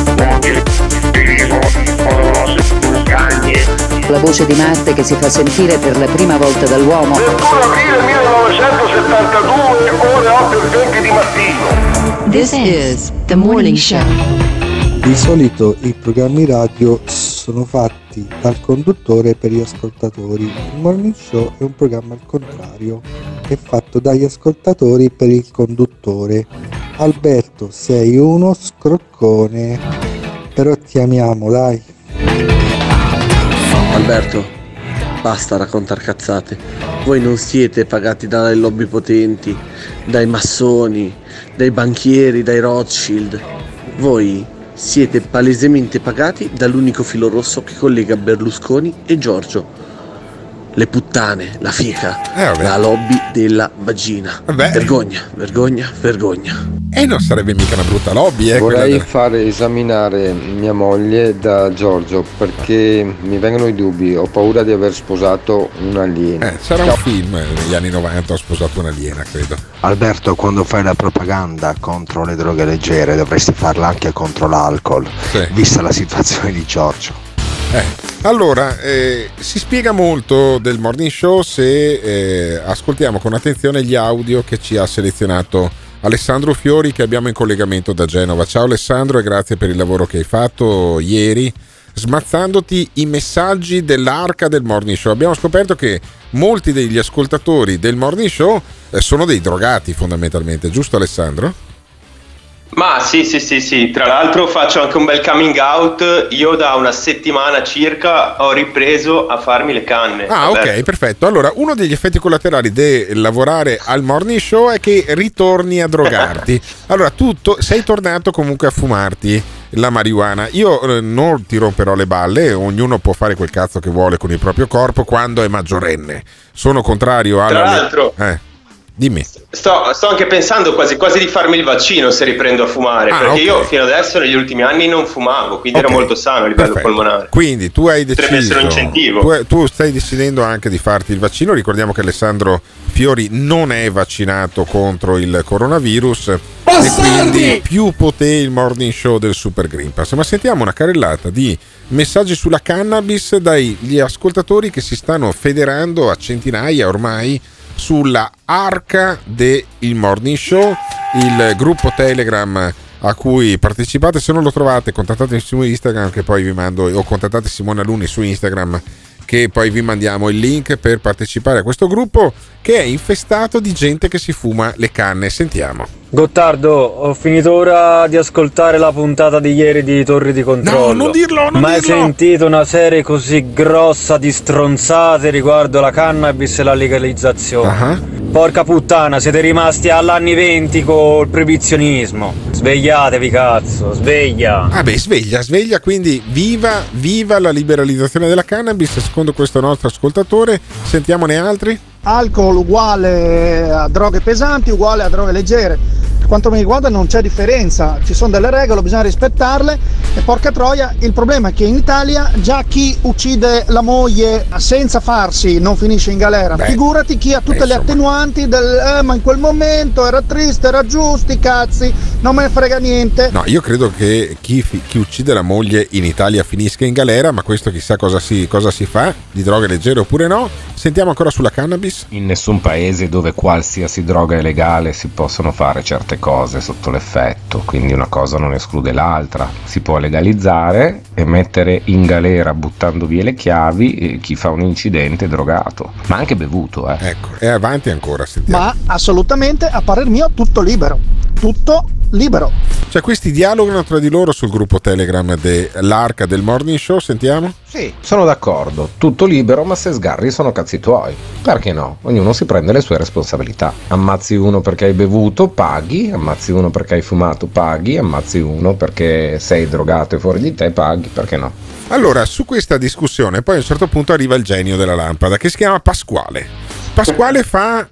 La voce di Marte che si fa sentire per la prima volta dall'uomo. ventuno aprile millenovecentosettantadue, ore otto e venti di mattino. This is the morning show. Di solito i programmi radio sono fatti dal conduttore per gli ascoltatori. Il Morning Show è un programma al contrario, è fatto dagli ascoltatori per il conduttore. Alberto, sei uno scroccone, però ti amiamo, dai. Alberto, basta raccontar cazzate. Voi non siete pagati dalle lobby potenti, dai massoni, dai banchieri, dai Rothschild. Voi siete palesemente pagati dall'unico filo rosso che collega Berlusconi e Giorgio. Le puttane, la fica, Eh, la lobby della vagina. Vabbè. Vergogna, vergogna, vergogna. E non sarebbe mica una brutta lobby, eh, quella Vorrei del- fare esaminare mia moglie da Giorgio perché mi vengono i dubbi, ho paura di aver sposato un alieno. Eh, c'era un film eh, negli anni novanta, ho sposato un'aliena, credo. Alberto, quando fai la propaganda contro le droghe leggere dovresti farla anche contro l'alcol, Sì. vista la situazione di Giorgio. Eh, allora, eh, si spiega molto del Morning Show se eh, ascoltiamo con attenzione gli audio che ci ha selezionato Alessandro Fiori, che abbiamo in collegamento da Genova. Ciao Alessandro e grazie per il lavoro che hai fatto ieri, smazzandoti i messaggi dell'arca del Morning Show. Abbiamo scoperto che molti degli ascoltatori del Morning Show eh, sono dei drogati fondamentalmente, giusto Alessandro? Ma sì, sì, sì, sì, tra l'altro faccio anche un bel coming out. Io da una settimana circa ho ripreso a farmi le canne. Ah, Alberto. ok, perfetto. Allora, uno degli effetti collaterali del lavorare al Morning Show è che ritorni a drogarti. Allora, tu to- sei tornato comunque a fumarti la marijuana. Io eh, non ti romperò le balle, ognuno può fare quel cazzo che vuole con il proprio corpo quando è maggiorenne. Sono contrario alla... Tra l'altro- Eh, dimmi. Sto, sto anche pensando quasi quasi di farmi il vaccino se riprendo a fumare, Ah, perché ok. io fino adesso negli ultimi anni non fumavo, quindi Ok, ero molto sano a livello perfetto. polmonare. Quindi tu hai Potrebbe deciso, essere un incentivo. tu, tu stai decidendo anche di farti il vaccino. Ricordiamo che Alessandro Fiori non è vaccinato contro il coronavirus e quindi più poté il Morning Show del Super Green Pass. Ma sentiamo una carrellata di messaggi sulla cannabis dagli ascoltatori che si stanno federando a centinaia ormai sulla arca del Morning Show il gruppo Telegram a cui partecipate. Se non lo trovate, contattatemi su Instagram che poi vi mando, o contattate Simone Alunni su Instagram che poi vi mandiamo il link per partecipare a questo gruppo che è infestato di gente che si fuma le canne. Sentiamo. Gottardo, ho finito ora di ascoltare la puntata di ieri di Torri di Controllo. No, non dirlo, non Mai dirlo. sentito una serie così grossa di stronzate riguardo la cannabis e la legalizzazione. Uh-huh. Porca puttana, siete rimasti all'anni venti col proibizionismo. Svegliatevi, cazzo, sveglia. Ah beh, sveglia, sveglia, quindi viva, viva la liberalizzazione della cannabis, secondo questo nostro ascoltatore. Sentiamone altri. Alcol uguale a droghe pesanti, uguale a droghe leggere. Per quanto mi riguarda non c'è differenza, ci sono delle regole, bisogna rispettarle e porca troia, il problema è che in Italia già chi uccide la moglie senza farsi non finisce in galera. Beh, figurati chi ha tutte beh, le attenuanti del eh, ma in quel momento era triste, era giusto, i cazzi, non me ne frega niente. No, io credo che chi, chi uccide la moglie in Italia finisca in galera, ma questo chissà cosa si, cosa si fa, di droghe leggere oppure no. Sentiamo ancora sulla cannabis. In nessun paese dove qualsiasi droga è legale si possono fare certe cose sotto l'effetto, quindi una cosa non esclude l'altra. Si può legalizzare e mettere in galera, buttando via le chiavi, chi fa un incidente drogato, ma anche bevuto. Eh. Ecco, e avanti ancora, sentiamo. Ma assolutamente, a parer mio, tutto libero, tutto libero. Cioè questi dialogano tra di loro sul gruppo Telegram dell'Arca del Morning Show, sentiamo? Sì, sono d'accordo, tutto libero, ma se sgarri sono cazzi tuoi. Perché no? Ognuno si prende le sue responsabilità. Ammazzi uno perché hai bevuto, paghi, ammazzi uno perché hai fumato, paghi, ammazzi uno perché sei drogato e fuori di te, paghi, perché no? Allora, su questa discussione poi a un certo punto arriva il genio della lampada che si chiama Pasquale. Pasquale fa,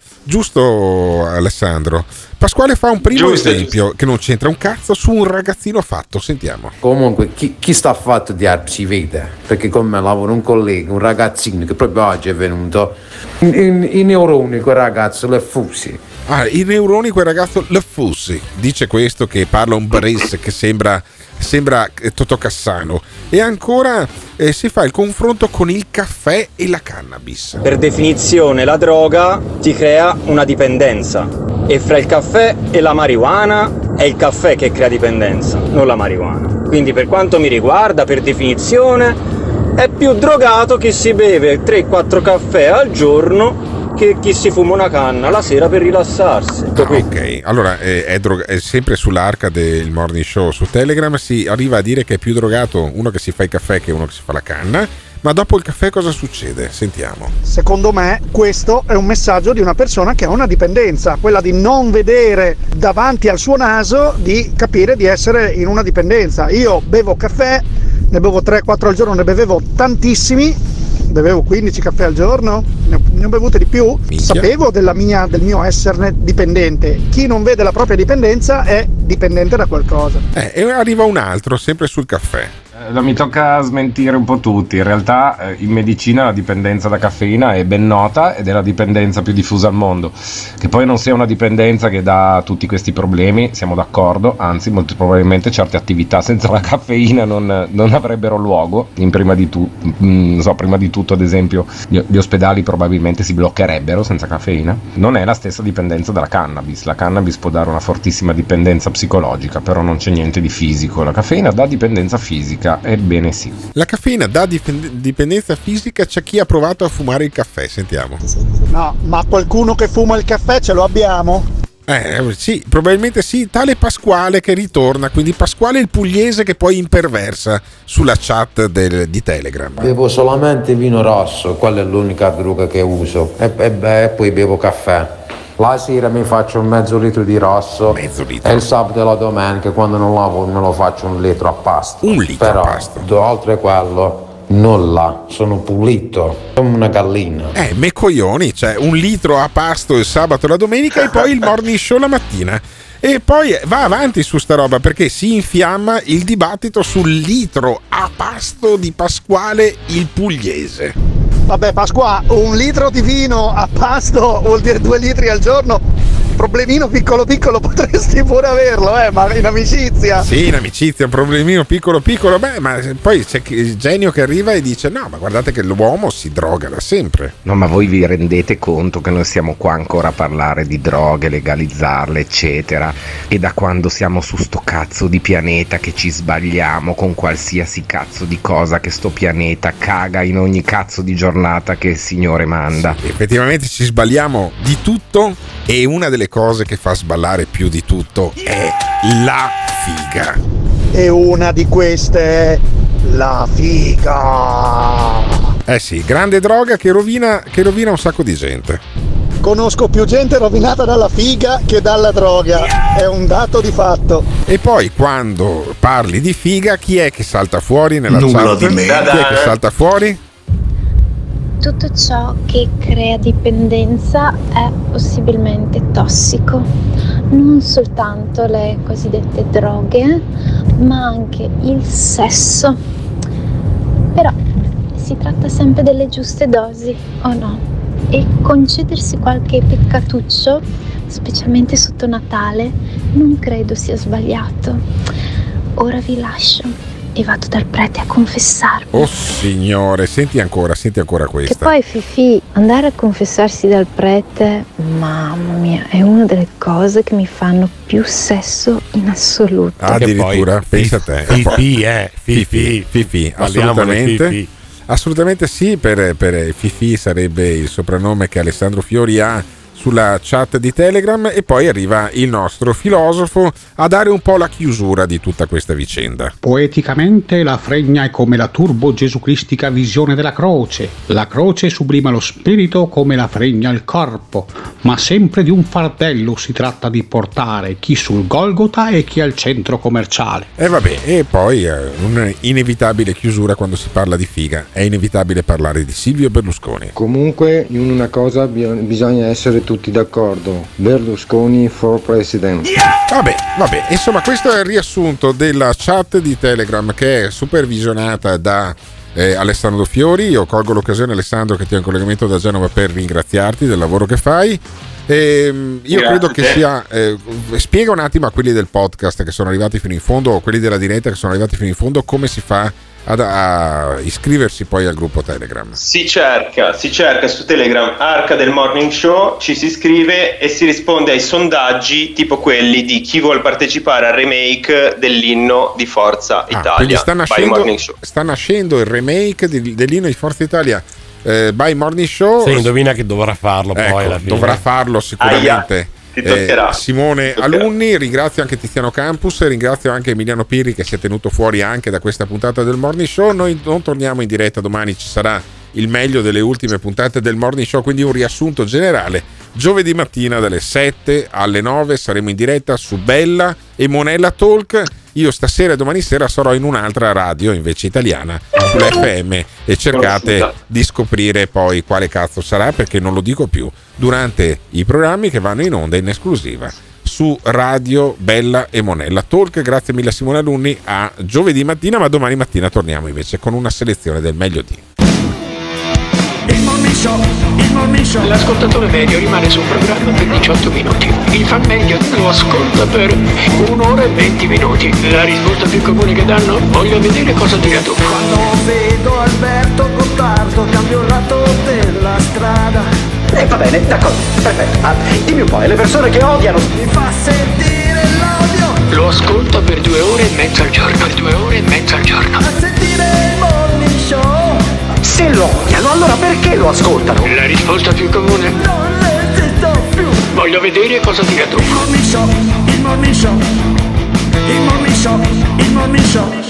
giusto Alessandro, Pasquale fa un primo giusto, esempio giusto. che non c'entra un cazzo su un ragazzino fatto, sentiamo. Comunque chi, chi sta fatto di arte si vede, perché con me lavora un collega, un ragazzino che proprio oggi è venuto, in, in neuroni quel ragazzo l'è fusi. Ah, i neuroni quel ragazzo l'è fusi, dice questo che parla un bris che sembra... sembra Totò Cassano. E ancora eh, si fa il confronto con il caffè e la cannabis. Per definizione la droga ti crea una dipendenza e fra il caffè e la marijuana è il caffè che crea dipendenza, non la marijuana. Quindi per quanto mi riguarda, per definizione è più drogato chi si beve tre quattro caffè al giorno che chi si fuma una canna la sera per rilassarsi. Ah, ok, allora eh, è, drog- è sempre sull'Arca del Morning Show su Telegram si arriva a dire che è più drogato uno che si fa il caffè che uno che si fa la canna. Ma dopo il caffè cosa succede? Sentiamo. Secondo me questo è un messaggio di una persona che ha una dipendenza, quella di non vedere davanti al suo naso, di capire di essere in una dipendenza. Io bevo caffè, ne bevo tre quattro al giorno, ne bevevo tantissimi, bevevo quindici caffè al giorno, ne ho, ne ho bevute di più. Minchia. Sapevo della mia, del mio esserne dipendente. Chi non vede la propria dipendenza è dipendente da qualcosa. Eh, e arriva un altro, sempre sul caffè. Eh, mi tocca smentire un po' tutti. In realtà eh, in medicina la dipendenza da caffeina è ben nota ed è la dipendenza più diffusa al mondo. Che poi non sia una dipendenza che dà tutti questi problemi, siamo d'accordo, anzi molto probabilmente certe attività senza la caffeina non, non avrebbero luogo. In prima di tu, mh, so, prima di tutto ad esempio gli, gli ospedali probabilmente si bloccherebbero senza caffeina. Non è la stessa dipendenza dalla cannabis. La cannabis può dare una fortissima dipendenza psicologica, però non c'è niente di fisico. La caffeina dà dipendenza fisica. Ebbene sì. La caffeina dà dipendenza fisica, c'è chi ha provato a fumare il caffè, sentiamo. No, ma qualcuno che fuma il caffè ce lo abbiamo? Eh sì, probabilmente sì, tale Pasquale che ritorna, quindi Pasquale il pugliese che poi imperversa sulla chat del, di Telegram. Bevo solamente vino rosso, quella è l'unica droga che uso, e, e, e poi bevo caffè. La sera mi faccio un mezzo litro di rosso mezzo litro. E il sabato e la domenica quando non lavoro me lo faccio un litro a pasto. Un litro Però, a pasto. oltre quello, nulla, sono pulito, come una gallina. Eh, me coglioni, cioè un litro a pasto il sabato e la domenica e poi il morning show la mattina. E poi va avanti su sta roba perché si infiamma il dibattito sul litro a pasto di Pasquale il pugliese. Vabbè Pasqua, un litro di vino a pasto vuol dire due litri al giorno, problemino piccolo piccolo potresti pure averlo, eh, ma in amicizia. Sì, in amicizia, un problemino piccolo piccolo, beh, ma poi c'è il genio che arriva e dice no, ma guardate che l'uomo si droga da sempre. No, ma voi vi rendete conto che noi siamo qua ancora a parlare di droghe, legalizzarle, eccetera, e da quando siamo su sto cazzo di pianeta che ci sbagliamo con qualsiasi cazzo di cosa che sto pianeta caga in ogni cazzo di giornata che il Signore manda. Sì, effettivamente ci sbagliamo di tutto, e una delle cose che fa sballare più di tutto è la figa. E una di queste è la figa. Eh sì, grande droga che rovina, che rovina un sacco di gente. Conosco più gente rovinata dalla figa che dalla droga, è un dato di fatto. E poi quando parli di figa, chi è che salta fuori nella Nulla chat? di me. Chi è che salta fuori? Tutto ciò che crea dipendenza è possibilmente tossico, non soltanto le cosiddette droghe, ma anche il sesso. Però si tratta sempre delle giuste dosi, o no? E concedersi qualche peccatuccio, specialmente sotto Natale, non credo sia sbagliato. Ora vi lascio e vado dal prete a confessarmi. Oh signore, senti ancora, senti ancora questa. Che poi Fifi, andare a confessarsi dal prete, mamma mia, è una delle cose che mi fanno più sesso in assoluto. Addirittura, pensa a te. Fifi, eh, Fifi, Fifi, Parliamo di assolutamente. Fifi. Assolutamente sì, per, per Fifi sarebbe il soprannome che Alessandro Fiori ha sulla chat di Telegram, e poi arriva il nostro filosofo a dare un po' la chiusura di tutta questa vicenda. Poeticamente la fregna è come la turbo gesùcristica visione della croce. La croce sublima lo spirito come la fregna il corpo, ma sempre di un fardello si tratta di portare, chi sul Golgota e chi al centro commerciale. E vabbè, e poi eh, un'inevitabile chiusura quando si parla di figa, è inevitabile parlare di Silvio Berlusconi. Comunque in una cosa bi- bisogna essere tutti d'accordo: Berlusconi for president. Vabbè, vabbè, insomma questo è il riassunto della chat di Telegram, che è supervisionata da eh, Alessandro Fiori. Io colgo l'occasione, Alessandro, che ti ho in collegamento da Genova, per ringraziarti del lavoro che fai. E io Grazie. credo che sia eh, spiega un attimo a quelli del podcast che sono arrivati fino in fondo, o quelli della diretta che sono arrivati fino in fondo, come si fa ad, a iscriversi poi al gruppo Telegram. Si cerca, si cerca su Telegram Arca del Morning Show, ci si iscrive e si risponde ai sondaggi tipo quelli di chi vuol partecipare al remake dell'inno di Forza Italia. Ah, quindi sta by nascendo, Morning Show. sta nascendo il remake di, dell'inno di Forza Italia eh, by Morning Show. Sì, indovina che dovrà farlo poi ecco, alla fine. dovrà farlo sicuramente. Aia. Ti toccherà. Eh, Simone Ti toccherà. Alunni, ringrazio anche Tiziano Campus, ringrazio anche Emiliano Pirri che si è tenuto fuori anche da questa puntata del Morning Show. Noi non torniamo in diretta domani, ci sarà il meglio delle ultime puntate del Morning Show, quindi un riassunto generale. Giovedì mattina dalle sette alle nove saremo in diretta su Bella e Monella Talk. Io stasera e domani sera sarò in un'altra radio invece italiana, sull'F M, e cercate di scoprire poi quale cazzo sarà, perché non lo dico più, durante i programmi che vanno in onda in esclusiva su Radio Bella e Monella Talk. Grazie mille a Simone Alunni, a giovedì mattina, ma domani mattina torniamo invece con una selezione del meglio di Il Morning Show, il Morning Show. L'ascoltatore medio rimane sul programma per diciotto minuti. Il fan medio lo ascolta per un'ora e venti minuti. La risposta più comune che danno? Voglio vedere cosa dirà tu. Quando vedo Alberto Gottardo cambio il lato della strada. E eh, va bene, d'accordo, perfetto. Ah, dimmi un po', e le persone che odiano? Mi fa sentire l'odio. Lo ascolta per due ore e mezza al giorno. Per due ore e mezza al giorno. A sentire il Morning Show. Se lo odiano, allora perché lo ascoltano? La risposta più comune? Non esisto più. Voglio vedere cosa dirà tu. Il Morning Show, il Morning Show, il Morning Show, il Morning Show.